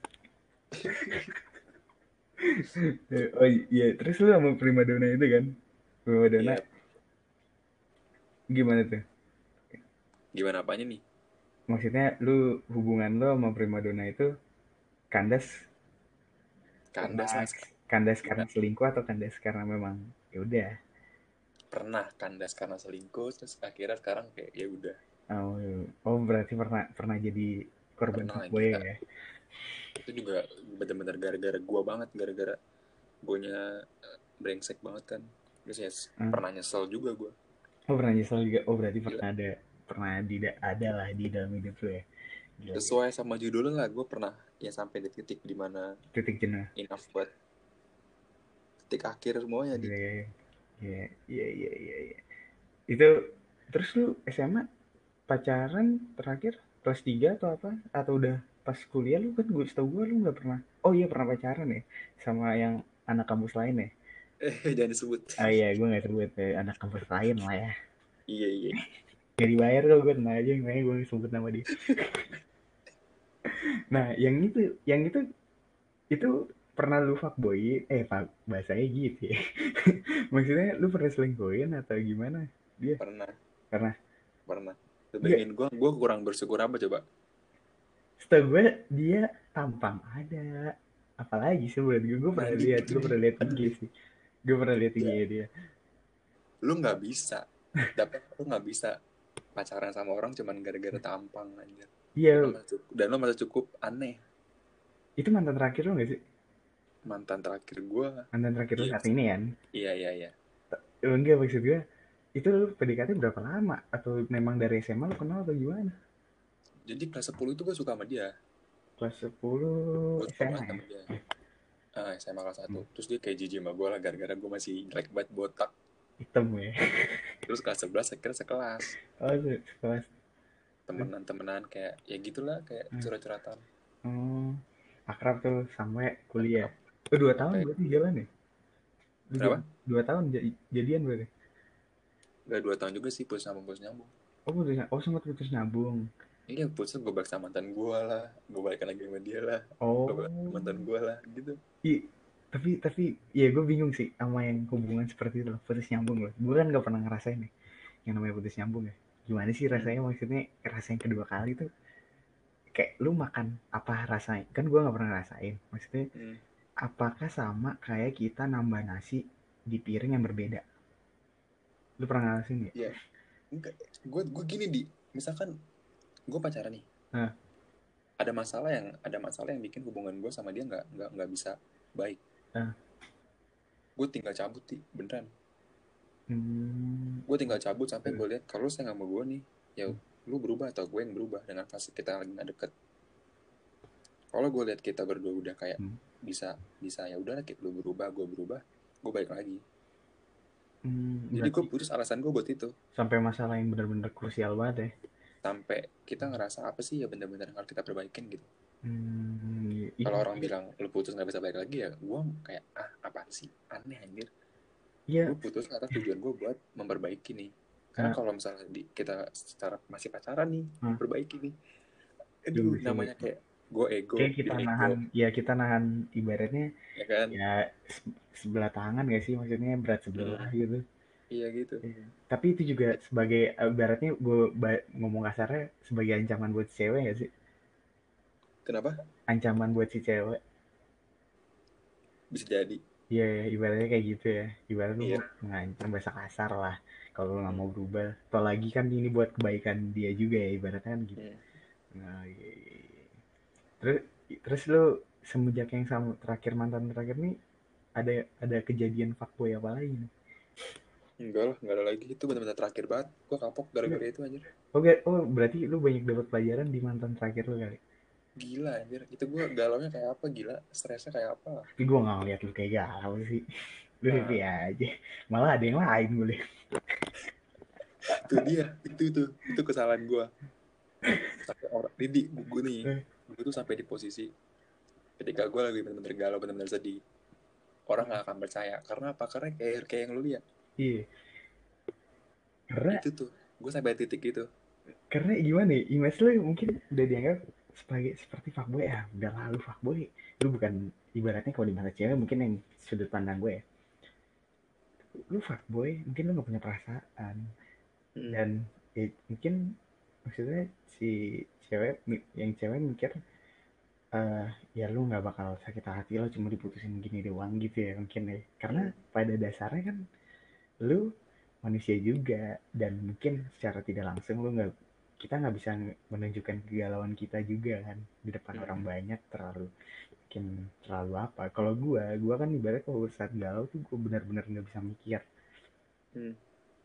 Oh iya, terus lu sama primadona itu kan, primadona Iya, gimana tuh, gimana apanya nih? maksudnya lu hubungan lu sama primadona itu kandas karena Kandas lah. kandas karena Gila. selingkuh atau kandas karena memang ya udah. Pernah kandas karena selingkuh, terus akhirnya sekarang kayak ya udah. Oh, oh berarti pernah pernah jadi korban Pernah lah, fuckboy gila. ya. Itu juga bener-bener gara-gara gua banget, gara-gara guanya eh, brengsek banget kan. Terus ya Hmm. pernah nyesel juga gua. Oh pernah nyesel juga. Oh berarti Gila. pernah ada, pernah tidak ada lah di dalam hidup lu ya. Gila, gila. Sesuai sama judulnya lah, gue pernah ya sampai di titik dimana Titik jenuh. enough buat titik akhir semuanya di. Iya, iya, iya, iya, iya, iya. Itu terus lu S M A pacaran terakhir kelas tiga atau apa? Atau udah pas kuliah? Lu kan gue setahu gue lu nggak pernah. Oh iya pernah pacaran ya sama yang anak kampus lain ya. Eh, jangan disebut. Ah iya gue nggak sebut ya, anak kampus lain lah ya. Iya, iya. Gak dibayar kok, gue tenang aja, makanya gue sebut nama dia. Nah yang itu, yang itu itu pernah lu fuckboy, eh fuck, bahasanya gitu ya. Maksudnya lu pernah selingkuhin atau gimana dia? Pernah, Karena pernah. enggak, Bayangin gue, gue kurang bersyukur apa coba? setahu gue dia tampang ada, apalagi sih buat gue, gue pernah Anjing lihat, itu gue dia. pernah lihat I G Anjing. sih, gue pernah lihat I G Ya, dia. lu nggak bisa. Dapat lu nggak bisa pacaran sama orang cuman gara-gara tampang anjir. Dan lo Iya, masih cukup, dan lo masih cukup aneh. itu mantan terakhir lo gak sih? Mantan terakhir gue, Mantan terakhir lo iya, saat ini kan? iya, iya, iya. Eh, enggak maksud gue, itu lu P D K T berapa lama? Atau memang dari S M A lo kenal atau gimana? Jadi kelas sepuluh itu gue suka sama dia. Kelas sepuluh Gue suka S M A banget ya? sama dia. Ah, S M A kelas satu. Hmm. Terus dia kayak jijik sama gue lah gara-gara gue masih jelek banget botak. Hitam ya? Terus kelas sebelas akhirnya sekelas. Oh, kelas. Temenan-temenan kayak ya gitulah kayak curhat-curhatan. Oh, akrab tuh sampai kuliah. Akrab Oh, dua tahun sampai berarti jalan ya? Lu jadi berapa? dua tahun ja- jadian berarti? Gak dua tahun juga sih putus nyambung putus nyambung. Oh, putus, oh sempat putus nyambung. Iya putus gue balik sama mantan gue lah. Gue balikan lagi sama dia lah. Gue balik sama Oh, mantan gue lah gitu. iya. Tapi tapi ya gue bingung sih sama yang hubungan seperti itu loh, putus nyambung loh. Gue kan gak pernah ngerasain nih yang namanya putus nyambung ya. Gimana sih Hmm. rasanya, maksudnya rasain kedua kali tuh kayak lu makan apa rasanya? Kan gue nggak pernah ngerasain. Maksudnya Hmm. apakah sama kayak kita nambah nasi di piring yang berbeda? Lu pernah ngerasain nggak? Ya enggak. Gue gue gini di. Misalkan gue pacaran nih. Nah, Ada masalah yang ada masalah yang bikin hubungan gue sama dia nggak nggak nggak bisa baik. nah, Gue tinggal cabut sih beneran. hmm, Gue tinggal cabut sampai gitu. gue lihat kalau saya nggak mau gue nih. Ya lu berubah atau gue yang berubah dengan fase kita lagi nggak deket. Kalau gue lihat kita berdua udah kayak Hmm. bisa bisa ya udahlah kita lu berubah gue berubah gue balik lagi. Hmm, Jadi gue berarti putus alasan gue buat itu. sampai masalah yang benar-benar krusial banget ya. Sampai kita ngerasa apa sih ya bener-bener harus kita perbaikin gitu. Hmm, iya, Kalau orang iya, bilang lu putus nggak bisa balik lagi ya gue kayak ah apaan sih aneh anjir. iya. Gue putus atas tujuan gue buat memperbaiki nih. Karena Nah, kalau misalnya di, kita secara masih pacaran nih nah, memperbaiki nih. iya Aduh sih. namanya kayak gue ego Kayak kita dia nahan, ego ya kita nahan ibaratnya ya kan. ya se- sebelah tangan gak sih, maksudnya berat sebelah Mm, gitu. iya gitu. Iya. Tapi itu juga sebagai eh, ibaratnya gue ngomong kasarnya sebagai ancaman buat si cewek gak sih? Kenapa? Ancaman buat si cewek. Bisa jadi. Iya, yeah, ibaratnya kayak gitu ya. Ibarat lu Iya. mengancam bahasa kasar lah. Kalau lu nggak Hmm. mau berubah, atau lagi kan ini buat kebaikan dia juga ya, ibaratnya kan gitu. Hmm. Nah, iya, iya, iya. Terus, terus lu semenjak yang sama terakhir, mantan terakhir nih, ada ada kejadian fuckboy apa lagi nih? Enggak lah, enggak ada lagi. Itu benar-benar terakhir banget. Gue kapok gara-gara itu anjir. Oke, oh berarti lu banyak dapat pelajaran di mantan terakhir lu kali. Gila anjir. Itu gue galaunya kayak apa gila. Stresnya kayak apa. Tapi gue nggak ngeliat lu kayak galau sih. Lu happy Nah, aja. Malah ada yang lain boleh. itu dia. Itu tuh. Itu kesalahan gue. Sampai orang. Didi, gue nih. Eh, Gue tuh sampai di posisi ketika gue lagi benar-benar galau, benar-benar sedih. orang nggak akan percaya. Karena apa? Karena kayak kayak yang lu lihat. Iya, karena Itu tuh, gue sampai titik itu. karena gimana ya, image lu mungkin udah dianggap sebagai seperti fuckboy. Ah udah lalu fuckboy, lu bukan, ibaratnya kalau di mata cewek mungkin yang sudut pandang gue ya, lu fuckboy mungkin lu nggak punya perasaan. Hmm. Dan ya, mungkin maksudnya si cewek, yang cewek mikir eh ya lu nggak bakal sakit hati, lo cuma diputusin gini doang gitu ya mungkin ya, karena Hmm. pada dasarnya kan lu manusia juga, dan mungkin secara tidak langsung lu nggak, kita nggak bisa menunjukkan kegalauan kita juga kan di depan Hmm. orang banyak, terlalu mungkin terlalu apa. Kalau gua gua kan ibarat kalau saat galau tuh gua benar-benar nggak bisa mikir. Hmm.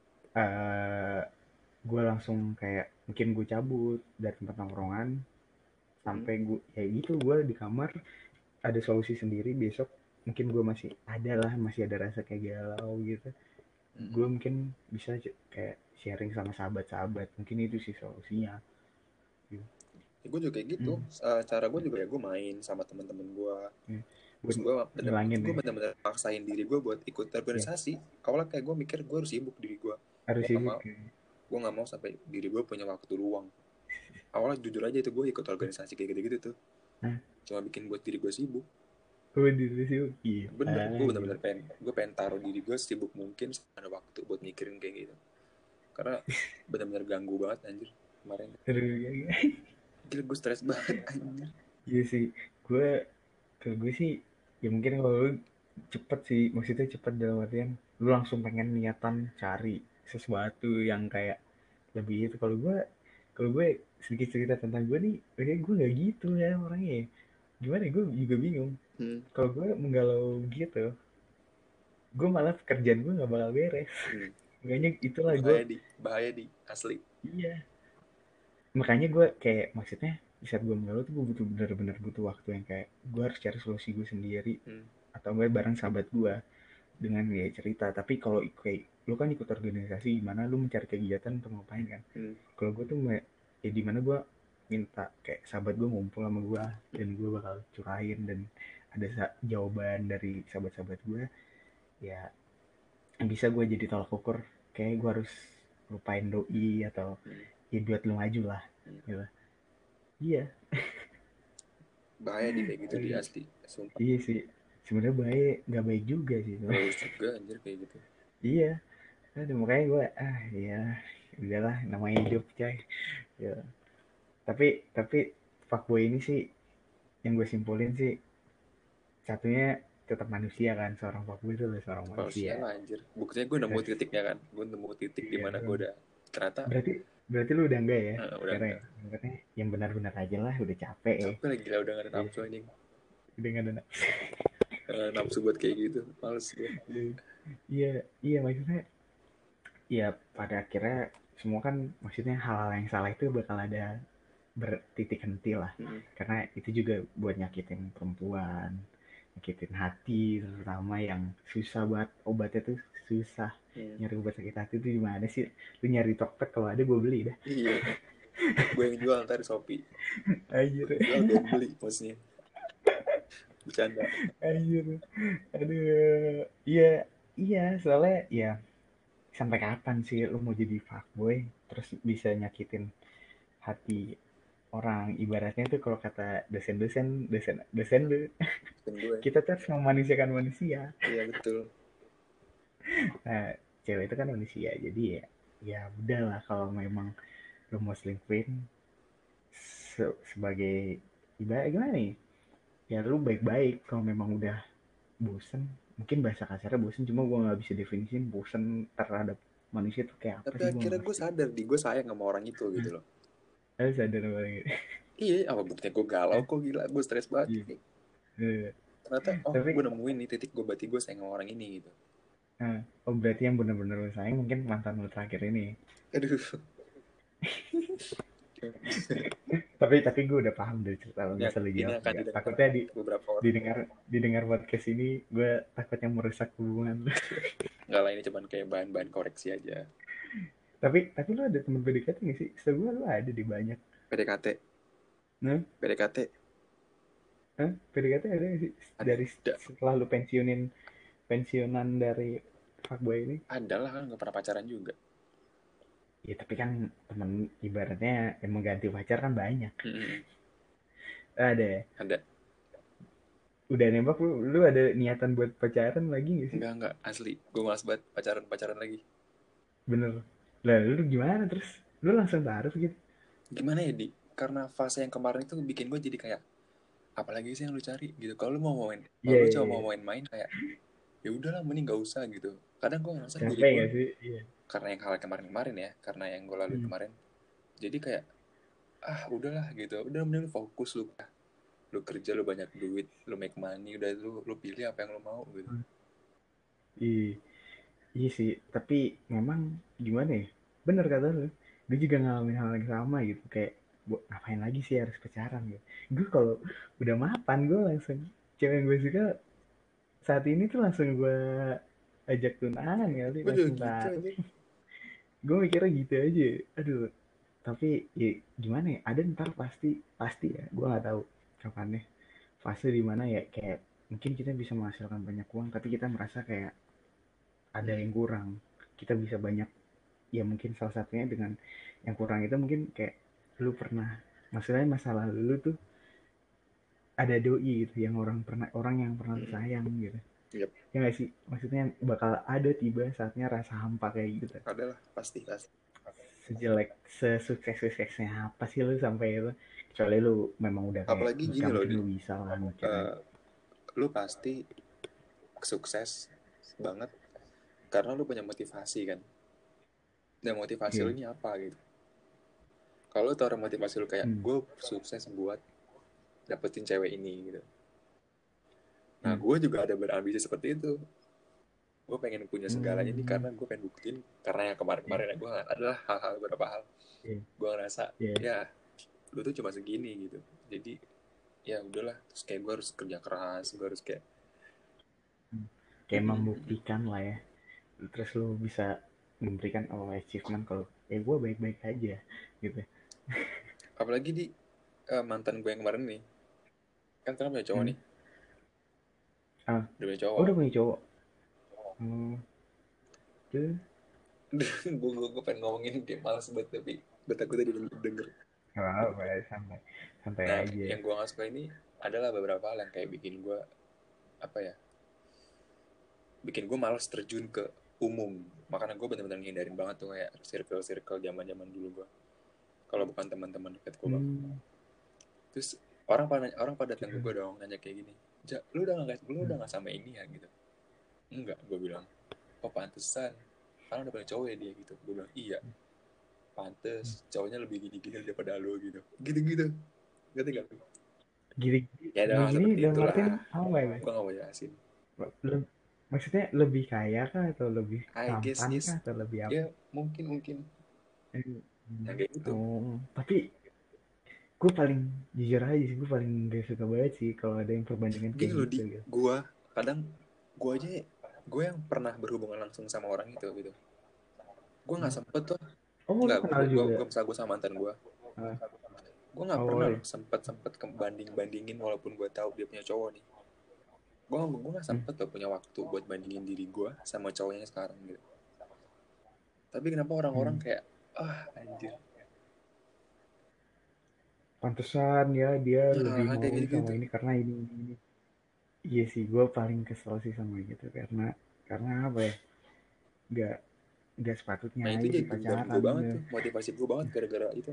eh Gue langsung kayak mungkin gue cabut dari tempat nongkrongan, Hmm. sampai gue ya gitu, gue di kamar ada solusi sendiri. Besok mungkin gue masih ada lah, masih ada rasa kayak galau gitu, gue Hmm. mungkin bisa kayak sharing sama sahabat-sahabat, mungkin itu sih solusinya gitu. Ya, gue juga kayak gitu. Hmm. Uh, cara gue juga ya gue main sama temen-temen gue. Ya. Terus Buat gue bener, ngilangin gue ya. bener-bener paksain diri gue buat ikut Ya organisasi. Awalnya kayak gue mikir gue harus sibuk diri gue. harus Gue gak sibuk mau, ya. gue gak mau sampai diri gue punya waktu luang. Awalnya jujur aja itu gue ikut organisasi kayak gitu-gitu tuh. Nah, Cuma bikin buat diri gue sibuk. gue diri sibuk Bener, gila gue gitu. bener-bener pengen, gue pengen taruh diri gue sibuk mungkin ada waktu buat mikirin kayak gitu. Karena bener-bener ganggu banget anjir kemarin. Terus ya, ya. Gila gue stres banget anjir. Iya sih, gue, kalau gue sih ya mungkin kalau lu cepet sih, maksudnya cepet dalam artian lu langsung pengen niatan cari sesuatu yang kayak lebih itu. Kalau gue, kalau gue sedikit cerita tentang gue nih, kayak gue nggak gitu ya orangnya ya. Gimana ya, gue juga bingung. Hmm. Kalau gue menggalau gitu, gue malah pekerjaan gue nggak bakal beres. Hmm. Makanya itulah gue, Bahaya di, bahaya di, asli. iya, makanya gue kayak maksudnya di saat gue menggalau tuh gue butuh, bener-bener butuh waktu yang kayak gue harus cari solusi gue sendiri, Hmm. atau enggak bareng sahabat gue dengan ya cerita. Tapi kalau kayak lu kan ikut organisasi, gimana lu mencari kegiatan untuk ngapain kan. Hmm. Kalau gue tuh nggak, ya di mana gue minta kayak sahabat gue ngumpul sama gue, dan gue bakal curahin, dan ada jawaban dari sahabat-sahabat gue, ya bisa gue jadi tolak ukur kayak gue harus lupain doi, atau Hmm. ya buat lu maju lah Hmm. gitu. Iya. Bahaya di kayak gitu di, asli sumpah. Iya sih, sebenarnya baik nggak baik juga sih sebenarnya. Bagus juga anjir kayak gitu. Iya, aduh, makanya gue ah ya udahlah, namanya hidup coy ya. tapi tapi fuckboy ini sih, yang gue simpulin sih, satunya tetap manusia kan, seorang fuckboy itu adalah seorang Manusia manusia. lah anjir. Buktinya gue nemu Terus titiknya kan. Gue nemu titik di iya, mana gue udah ternyata berarti berarti lu udah enggak ya eh, udah sekarang ya, enggak. makanya yang benar-benar aja lah, udah capek ya. Capek lagi, gila udah gak ada Iya, nafsu anjing. udah nggak ada. Eh, nafsu buat kayak gitu. Males gue. Iya, iya, maksudnya ya pada akhirnya semua kan, maksudnya hal-hal yang salah itu bakal ada bertitik henti lah, Hmm. karena itu juga buat nyakitin perempuan, nyakitin hati, terutama yang susah banget obatnya tuh, susah. Hmm. Nyari obat sakit hati tuh di mana sih? Lu nyari Tokped, kalau ada gue beli dah. Iya. Gue yang jual ntar di Shopee. Anjir. Gue jual gue yang beli maksudnya. Bercanda. Anjir. Aduh. Iya, iya, soalnya ya sampai kapan sih lu mau jadi fuckboy terus bisa nyakitin hati orang. Ibaratnya tuh kalau kata dosen-dosen, dosen dosen lu, Dan gue. kita tuh harus memanusiakan manusia. Iya betul. Nah, cewek itu kan manusia, jadi ya ya udahlah, kalau memang lu mau selingkuhin se- sebagai ibarat gimana nih, ya lu baik-baik. Kalau memang udah bosen, mungkin bahasa kasarnya bosen, cuma gue nggak bisa definisin bosen terhadap manusia tuh kayak apa Tapi sih, gue nggak akhirnya gue ngerti. sadar di gue sayang sama orang itu gitu loh. Harus sadar banget. Iya, apa buktinya gue galau kok, gila gue stres banget Iya. ini. Eh, Ternyata oh tapi gue nemuin nih titik gue, berarti gue sayang sama orang ini gitu. nah, oh berarti yang bener-bener lu sayang mungkin mantan lu terakhir ini. Aduh. tapi tapi gue udah paham dari cerita lu, ini, nggak usah lu ini jawab akan nggak. didengar Takutnya di beberapa orang. didengar didengar podcast ini, gue takutnya merusak hubungan lu. Enggak lah, ini cuman kayak bahan-bahan koreksi aja. tapi tapi lu ada temen P D K T nggak sih? Setahu gue lu ada di banyak. P D K T. Nah, P D K T. Hah? P D K T ada nggak sih dari Ada, setelah lu pensiunin pensiunan dari fuckboy ini? ada lah kan nggak pernah pacaran juga. Ya tapi kan temen ibaratnya yang mengganti pacar kan banyak. Mm-mm. Ada ya? Ada. Udah nembak lu, lu ada niatan buat pacaran lagi gak sih? Enggak, enggak, asli. Gue malas banget pacaran-pacaran lagi. Bener. Lah lu gimana terus? Lu langsung taruh gitu? Gimana ya, Di? Karena fase yang kemarin itu bikin gue jadi kayak, apalagi sih yang lu cari gitu. Kalau lu mau main, kalau Iya, lu iya, cuma iya. mau main-main kayak, ya udahlah mending gak usah gitu. Kadang gue ngerasa diri Capek gue, gak sih? Iya. karena yang hal kemarin-kemarin ya, karena yang gue lalui Hmm. kemarin, jadi kayak, ah udahlah gitu, udah mending lu fokus lu, lu kerja, lu banyak duit, lu make money, udah lu lu pilih apa yang lu mau gitu. Iya, iya sih. Tapi memang gimana ya? Bener kata lu. Gue juga ngalamin hal yang sama gitu. Kayak, "Bu- ngapain lagi sih harus pacaran gitu. Gue kalau udah mapan, gue langsung cewek yang gue suka saat ini tuh langsung gue ajak tunangan kali, Gue juga langsung gitu taruh. aja. Gue mikirnya gitu aja. Aduh, tapi ya gimana ya? Ada ntar pasti, pasti ya. Gue nggak tahu kapannya. Fase dimana ya kayak mungkin kita bisa menghasilkan banyak uang, tapi kita merasa kayak ada Hmm. yang kurang. Kita bisa banyak, ya mungkin salah satunya dengan yang kurang itu mungkin kayak lu pernah, maksudnya masalah lu tuh ada doi gitu yang orang pernah orang yang pernah lu Hmm. sayang gitu. Yep. Ya nggak sih, maksudnya bakal ada tiba saatnya rasa hampa kayak gitu kan. Adalah pasti pasti. Sejelek sesukses suksesnya apa sih lu sampai itu, kecuali lu memang udah kayak Apalagi nikah gini loh, mungkin Di. lu bisa lah mikirnya. Eh, lu pasti sukses banget karena lu punya motivasi kan. Dan motivasi lu Iya. ini apa gitu. Kalau tau orang motivasi lu kayak, Hmm. gue sukses buat dapetin cewek ini gitu. Nah, Hmm. gue juga ada berambisi seperti itu. Gue pengen punya segalanya ini Hmm. karena gue pengen buktiin, karena yang Iya. kemarin-kemarin ya gue adalah hal-hal, beberapa hal Iya. gue ngerasa Iya. ya lu tuh cuma segini gitu. Jadi ya udahlah, terus kayak gue harus kerja keras, gue harus kayak Hmm. Kayak membuktikan lah ya, terus lu bisa memberikan oh achievement kalau eh gue baik-baik aja gitu. apalagi di eh, mantan gue yang kemarin nih, kan sekarang punya cowok Hmm. nih, Ah, udah punya oh cowok. udah punya cowok. Hmm. Tuh. gue gue gue pengen ngomongin dia malas banget tapi gue takutnya dia denger. Gak apa-apa, santai santai Nah, aja. yang gue gak suka ini adalah beberapa hal yang kayak bikin gue apa ya, bikin gue malas terjun ke umum. Makanya gue bener-bener ngindarin banget tuh kayak circle-circle zaman-zaman dulu gue, kalau bukan teman-teman dekat gue banget. Hmm. Terus orang pada orang pada datang ke Gitu. gue dong nanya kayak gini, ja, lu udah nggak lu Hmm. udah nggak sama ini ya gitu. Enggak, gue bilang. Oh pantesan, karena udah punya cowok ya dia gitu. Gue bilang iya, pantes cowoknya lebih gini-gini daripada lu gitu, gitu-gitu. Ngerti gak? Gini, Ya gini, dong, gini seperti dalam itulah. artian apa ya? Gue gak mau jelasin. Le- maksudnya lebih kaya kah atau lebih I guess tampan kah yes. atau lebih apa? Ya mungkin mungkin yang Hmm. kayak gitu. Oh, tapi gue paling jujur aja sih, gue paling gak suka banget sih kalau ada yang perbandingan Gini kayak loh, gitu di gitu. gue kadang, gue aja, gue yang pernah berhubungan langsung sama orang itu gitu, gue nggak sempet tuh. Oh, lu Nggak, kenal gue gue juga? gue misalnya gue sama mantan gue, Ah, gue nggak oh pernah iya. loh sempet sempet ke banding bandingin walaupun gue tahu dia punya cowok nih. Gue gue nggak Hmm. sempet tuh punya waktu buat bandingin diri gue sama cowoknya sekarang gitu. Tapi kenapa orang-orang Hmm. kayak, ah anjir, Pantesan ya dia lebih nah mau kayak sama gitu-gitu. ini karena ini ini ini. Iya sih, gue paling kesel sih sama gitu karena karena apa ya? Gak gak sepatutnya Nah itu aja jadi sih dendam gue pacaran banget gitu. tuh, motivasi gue banget gara-gara itu.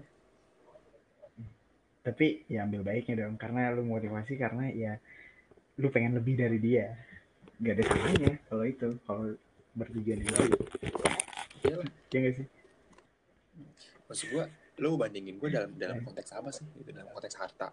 Tapi ya ambil baiknya dong karena lu motivasi karena ya lu pengen lebih dari dia. Gak ada salahnya kalau itu, kalau bertujuan yang baik. Iyalah, Ya gak sih? maksud gue, lo bandingin gue dalam dalam Eh, konteks apa sih gitu, dalam konteks harta.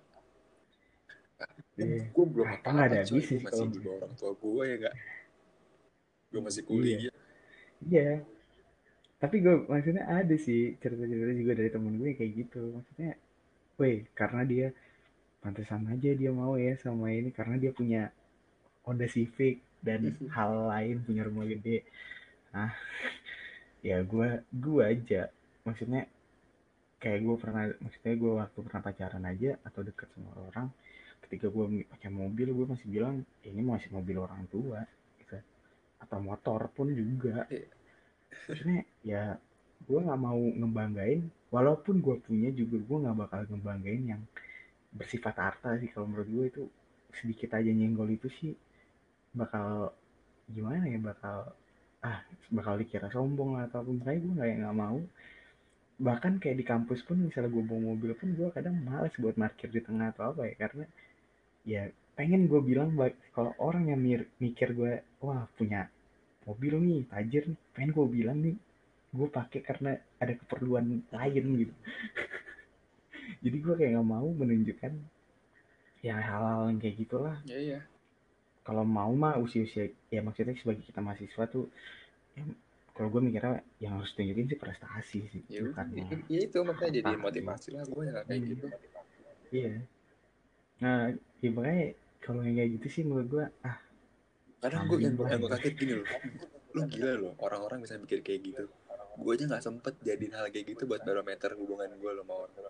iya. Gue belum Harta nggak apa-apa ada coy, habisnya gue sih masih kalau di gue. bawah orang tua gue ya gak, gue masih Iya, kuliah. iya. Tapi gue maksudnya ada sih cerita-cerita juga dari temen gue kayak gitu. Maksudnya, weh, karena dia pantesan aja dia mau ya sama ini karena dia punya Honda Civic dan hal lain, punya rumah gede. Ah, ya gue gue aja. Maksudnya kayak gue pernah, maksudnya gue waktu pernah pacaran aja atau deket sama orang, ketika gue pakai mobil gue masih bilang ini masih mobil orang tua gitu. Atau motor pun juga, Iya. maksudnya ya gue nggak mau ngebanggain, walaupun gue punya juga gue nggak bakal ngebanggain yang bersifat harta sih. Kalau menurut gue itu sedikit aja nyenggol itu sih bakal gimana ya, bakal ah bakal dikira sombong lah ataupun. Makanya gue nggak nggak mau, bahkan kayak di kampus pun misalnya gue bawa mobil pun gue kadang males buat parkir di tengah atau apa ya, karena ya pengen gue bilang kalau orang yang mikir gue wah punya mobil nih tajir nih, pengen gue bilang nih gue pakai karena ada keperluan lain gitu. Jadi gue kayak nggak mau menunjukkan ya hal-hal yang kayak gitulah. Iya, iya. Kalau mau mah usia-usia ya, maksudnya sebagai kita mahasiswa tuh ya, kalau gue mikirnya yang harus tunjukin sih prestasi sih, Ya udah, bukannya ya itu makanya harta jadi sih. motivasi lah gue ya kayak Hmm, gitu. iya. Nah, ya makanya kalau yang kayak gitu sih menurut gue ah Kadang gue yang kambing gue lah yang gue gitu. kaget gini loh, lu gila loh, orang-orang bisa mikir kayak gitu. Gue aja nggak sempet jadiin hal kayak gitu buat barometer hubungan gue loh sama orang.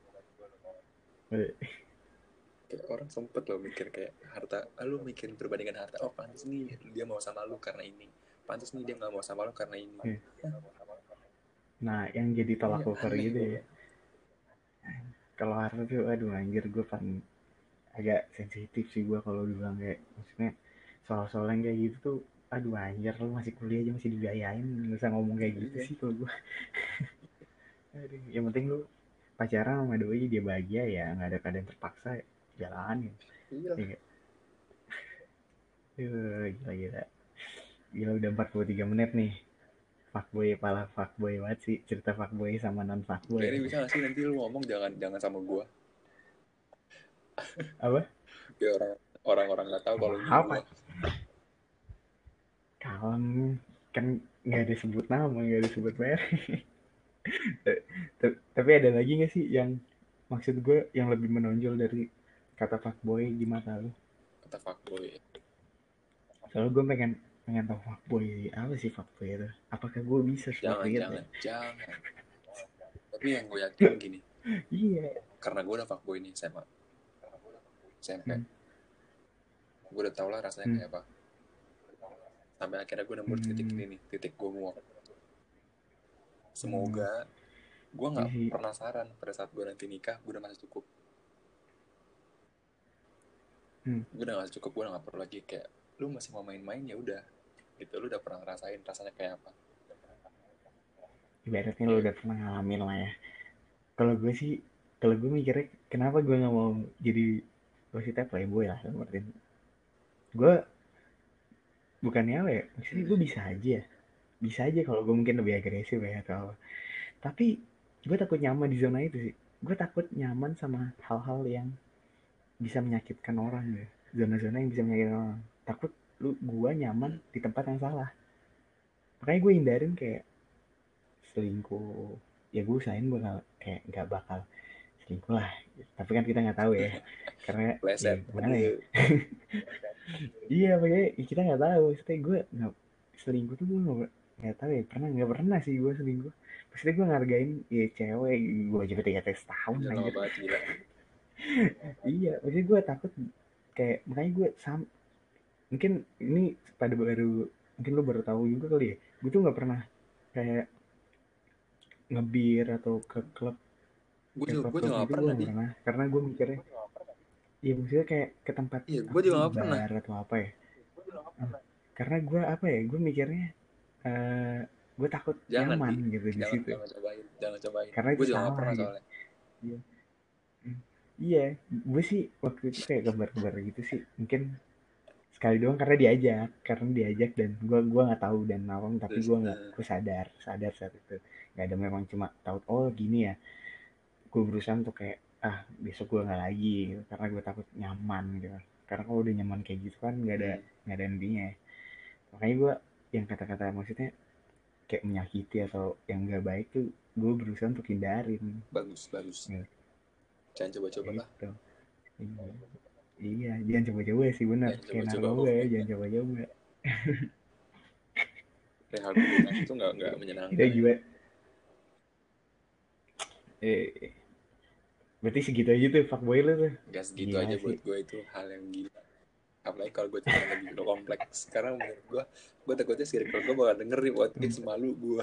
Kayak orang sempet loh mikir kayak harta, ah, lu mikir perbandingan harta, oh pantas nih dia mau sama lu karena ini, pantas nih dia nggak mau sama lu karena ini. Nah, yang jadi tolak Iya, ukur aneh gitu gue. ya. Kalau harta tuh, aduh anjir gue paling agak sensitif sih gue kalau dibilang kayak, maksudnya soal-soal yang kayak gitu tuh, aduh anjir lu masih kuliah aja masih dibiayain, nggak usah ngomong kayak gitu Iya, sih kalau gue. Aduh, yang penting lu pacaran sama doi dia bahagia ya, nggak ada keadaan terpaksa, jalanin. iya. Ya, kayak, uh, gila gila gila udah empat puluh tiga menit nih. Fuckboy, pala fuckboy banget sih cerita fuckboy sama non fuckboy. Kayak ini bisa gak sih nanti lu ngomong jangan jangan sama gue. Apa? Biar orang orang-orang nggak tahu Sama kalau ini apa? gue. Kalem, kan nggak disebut nama, nggak disebut merek. Tapi ada lagi nggak sih yang maksud gue yang lebih menonjol dari kata fuckboy di mata lu? Kata fuckboy. Soalnya gue pengen pengen tahu fuckboy apa sih, fuckboy itu. Apakah gue bisa seperti Jangan, itu? jangan, jangan. Tapi yang gue yakin gini, Iya. karena gue udah fuckboy nih S M A, S M P, Hmm. gue udah tau lah rasanya Hmm. kayak apa. Sampai akhirnya gue nemu titik Hmm. ini nih, titik gue muak. Hmm. Semoga gue Iya nggak sih. penasaran pada saat gue nanti nikah, gue udah masih cukup. Hmm. Gue udah masih cukup, gue udah nggak perlu lagi kayak lu masih mau main-main ya udah. Gitu, lu udah pernah ngerasain rasanya kayak apa. Ibaratnya lo Iya. udah pernah ngalamin lah ya. Kalau gue sih, kalau gue mikirnya kenapa gue nggak mau jadi maksudnya playboy lah, Martin. Gue bukannya apa ya, maksudnya gue Hmm. bisa aja, bisa aja kalau gue mungkin lebih agresif ya atau apa. Tapi gue takut nyaman di zona itu sih. Gue takut nyaman sama hal-hal yang bisa menyakitkan orang ya. Zona-zona yang bisa menyakitkan orang. Takut lu gue nyaman Hmm. di tempat yang salah. Makanya gue hindarin kayak selingkuh. Ya gue usahain bakal kayak nggak bakal selingkuh lah. Tapi kan kita nggak tahu ya. Karena ya Pleset. gimana ya. Aduh. Iya makanya kita nggak tahu. Maksudnya gue nggak selingkuh tuh gue nggak nggak tahu ya. Pernah nggak pernah sih gue selingkuh. Maksudnya gue ngargain ya cewek, gue aja tiga tahun Udah lama anjir. banget gila. Iya, maksudnya gue takut kayak makanya gue sam mungkin ini pada baru mungkin lo baru tahu juga kali ya. Gue tuh nggak pernah kayak ngebir atau ke klub Gue kayak juga, gue klub-klub juga gak gitu gue pernah nggak di. pernah karena gue mikirnya ya maksudnya kayak ke tempat Iya, gue apa juga sih gak pernah. bar atau apa ya. Hmm. Karena gue apa ya gue mikirnya eh gue takut Jangan nyaman di. gitu di Jangan, situ jangan cobain. Jangan cobain. karena Gue itu juga gak salah pernah gitu. soalnya. Iya. Hmm. Iya, gue sih waktu itu kayak gambar-gambar gitu sih mungkin sekali doang karena diajak karena diajak dan gue gua nggak tahu dan nawang, tapi Terus, gue nggak uh, gue sadar sadar saat itu nggak ada, memang cuma tahu oh gini ya. Gue berusaha untuk kayak ah besok gue nggak lagi gitu, karena gue takut nyaman gitu, karena kalau udah nyaman kayak gitu kan nggak ada hmm, nggak ada endingnya ya. Makanya gue yang kata-kata maksudnya kayak menyakiti atau yang nggak baik tuh gue berusaha untuk hindarin bagus, bagus. gitu. Jangan coba-coba lah. Gitu. Iya. Iya, jangan coba-coba sih bener. Jangan Kayak coba-coba narkoba ya, pokoknya. jangan coba-coba. Rehabilitasi itu gak, gak Kita menyenangkan. juga Eh, berarti segitu aja tuh fuckboy lu tuh. Gak segitu Gila aja, sih. buat gue itu hal yang gila. Apalagi kalau gue ceritain lebih kompleks. Sekarang menurut gue, gue takutnya circle gue bakal denger nih podcast, malu gue.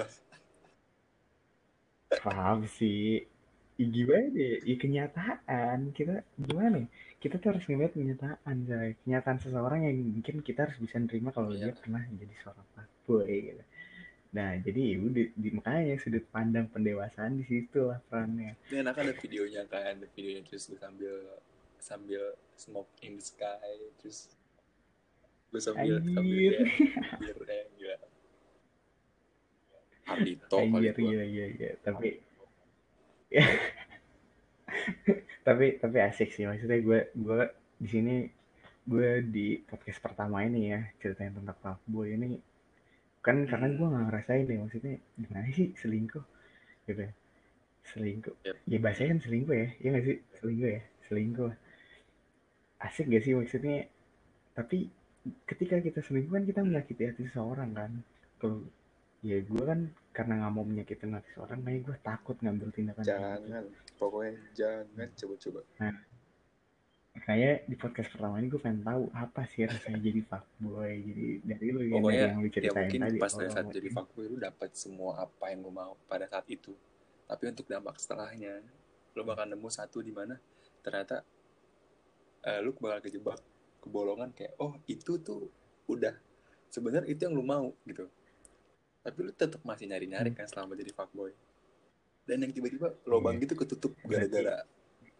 Paham sih. Ya, gimana deh? Ya, kenyataan. Kita gimana ya? Kita tuh harus ngeliat kenyataan, coy. Kenyataan seseorang yang mungkin kita harus bisa nerima kalau Iya dia lah. pernah jadi seorang fuckboy gitu. Nah, jadi ya udah di, makanya sudut pandang pendewasaan di situ lah perannya. Ini enak ada videonya kan, ada videonya terus gue sambil sambil smoke in the sky, terus gue sambil sambil Anjir. kayak nyubir eh gila. Ardito kali Anjir, gue. gila, gila, gila. Tapi, tapi, tapi asik sih. Maksudnya gue, gue di sini, gue di podcast pertama ini ya, ceritain tentang fuckboy ini. Kan karena gue Hmm, gak ngerasain deh, maksudnya gimana sih selingkuh gitu ya. Selingkuh. yep. Ya bahasanya Hmm. kan selingkuh ya. Iya gak sih? Selingkuh ya. Selingkuh. Asik gak sih maksudnya? Tapi ketika kita selingkuh kan kita Hmm. menyakiti hati seseorang kan. Kalau ya gue kan karena nggak mau menyakitin hati seseorang, makanya gue takut ngambil tindakan kayak gitu. Jangan, pokoknya jangan coba-coba. Nah, makanya di podcast pertama ini gue pengen tahu apa sih rasanya jadi fuckboy. Jadi dari lu ya, dari Pokoknya yang lu ya ceritain mungkin tadi pas dari saat awal-awal jadi ini. fuckboy lu dapat semua apa yang lu mau pada saat itu. Tapi untuk dampak setelahnya, lu bakal nemu satu di mana ternyata eh, lu bakal kejebak kebolongan kayak oh itu tuh udah sebenarnya itu yang lu mau gitu. Tapi lu tetap masih nyari-nyari Hmm. kan selama jadi fuckboy. Dan yang tiba-tiba lubang Iya, gitu ketutup berarti gara-gara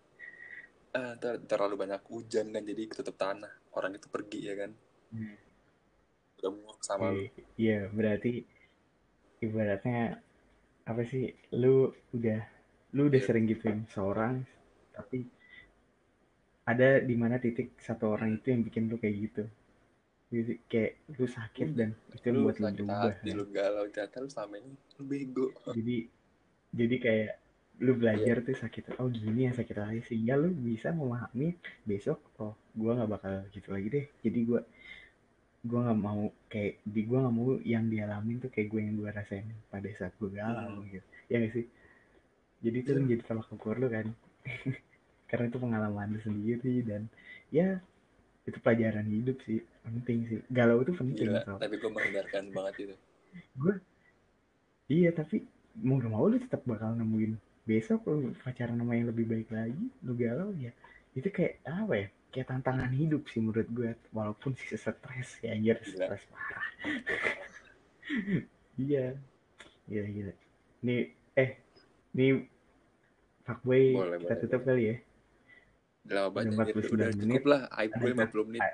ah, ter- terlalu banyak hujan kan jadi ketutup tanah. Orang itu pergi ya kan. hmm, Udah muak sama lu. iya, iya, berarti ibaratnya apa sih? Lu udah lu udah Iya. sering gituin seorang, tapi ada di mana titik satu orang Hmm. itu yang bikin lu kayak gitu. Jadi kayak lu sakit Udah. dan itu yang Lu buat lu sakit berubah hati, kan. lu galau, ternyata lu selama ini lu bego. Jadi jadi kayak lu Iya. belajar tuh sakit oh gini ya sakit hati sehingga lu bisa memahami besok oh gua nggak bakal gitu lagi deh jadi gua gua nggak mau kayak di gua nggak mau yang dialamin tuh kayak gue yang gua rasain pada saat gua galau Hmm. gitu ya gak sih jadi itu Iya. yang jadi tolak ukur lu kan karena itu pengalaman lu sendiri dan ya itu pelajaran hidup sih penting sih galau itu penting Gila. so Tapi gue menghindarkan banget itu. gue iya tapi mau gak mau lu tetap bakal nemuin besok lu pacaran sama yang lebih baik lagi lu galau ya itu kayak apa ya kayak tantangan hidup sih menurut gue walaupun sih stres ya anjir Gila. stres parah iya iya gila nih eh nih fuckboy Boleh, kita boleh, tutup boleh. kali ya Udah lama udah banget empat anjir. puluh Udah sembilan cukup menit lah. Aib gue ada lima puluh menit.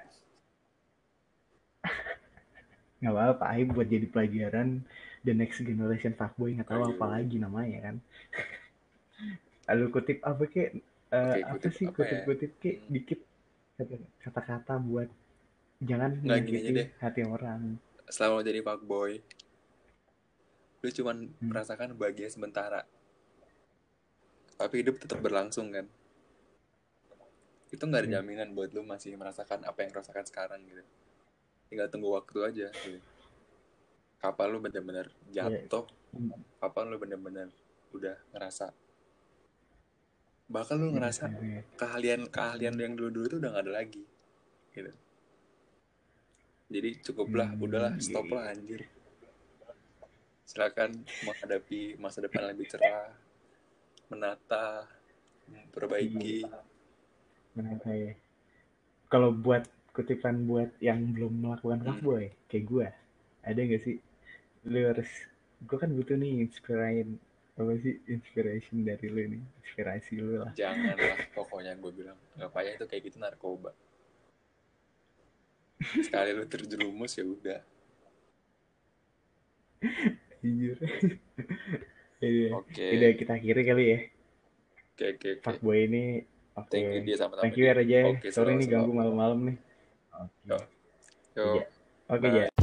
nggak apa-apa ayo buat jadi pelajaran the next generation fuckboy nggak Oh tahu iya, apa iya. lagi namanya kan lalu kutip apa kek eh, Oke, apa kutip sih apa ya? kutip-kutip kek Hmm. dikit kata-kata buat jangan Nggak, gini aja menyakiti deh. hati orang. Selama jadi fuckboy, lu cuman Hmm. merasakan bahagia sementara. Tapi hidup tetap berlangsung kan. Itu nggak ada Ya. jaminan buat lu masih merasakan apa yang lu rasakan sekarang gitu. Tinggal tunggu waktu aja gitu. Kapan lu bener-bener Ya. jatuh, kapan lu bener-bener udah ngerasa, bahkan lu ngerasa Ya. keahlian-keahlian yang dulu-dulu itu udah gak ada lagi gitu. Jadi cukuplah, udahlah, Hmm, iya, stop lah iya. anjir. Silakan menghadapi masa depan yang lebih cerah, menata, memperbaiki. Iya, benar saya. Kalau buat kutipan buat yang belum melakukan Hmm, fuckboy kayak gue, ada nggak sih? Lu harus, gue kan butuh nih inspirain apa sih inspiration dari lu nih, inspirasi lu lah. janganlah pokoknya gue bilang, nggak payah itu kayak gitu narkoba. Sekali lu terjerumus ya udah. Jujur. Iya, udah Oke, kita akhiri kali ya. oke, oke, oke. Fuckboy ini, oke. Thank you Okay. dia, sama-sama Thank you dia. ya Raja. Oke, Sorry selalu nih ganggu selalu. malam-malam nih. Oke. Yo, Okay. yo, Iya. Oke, okay, bye. Ja.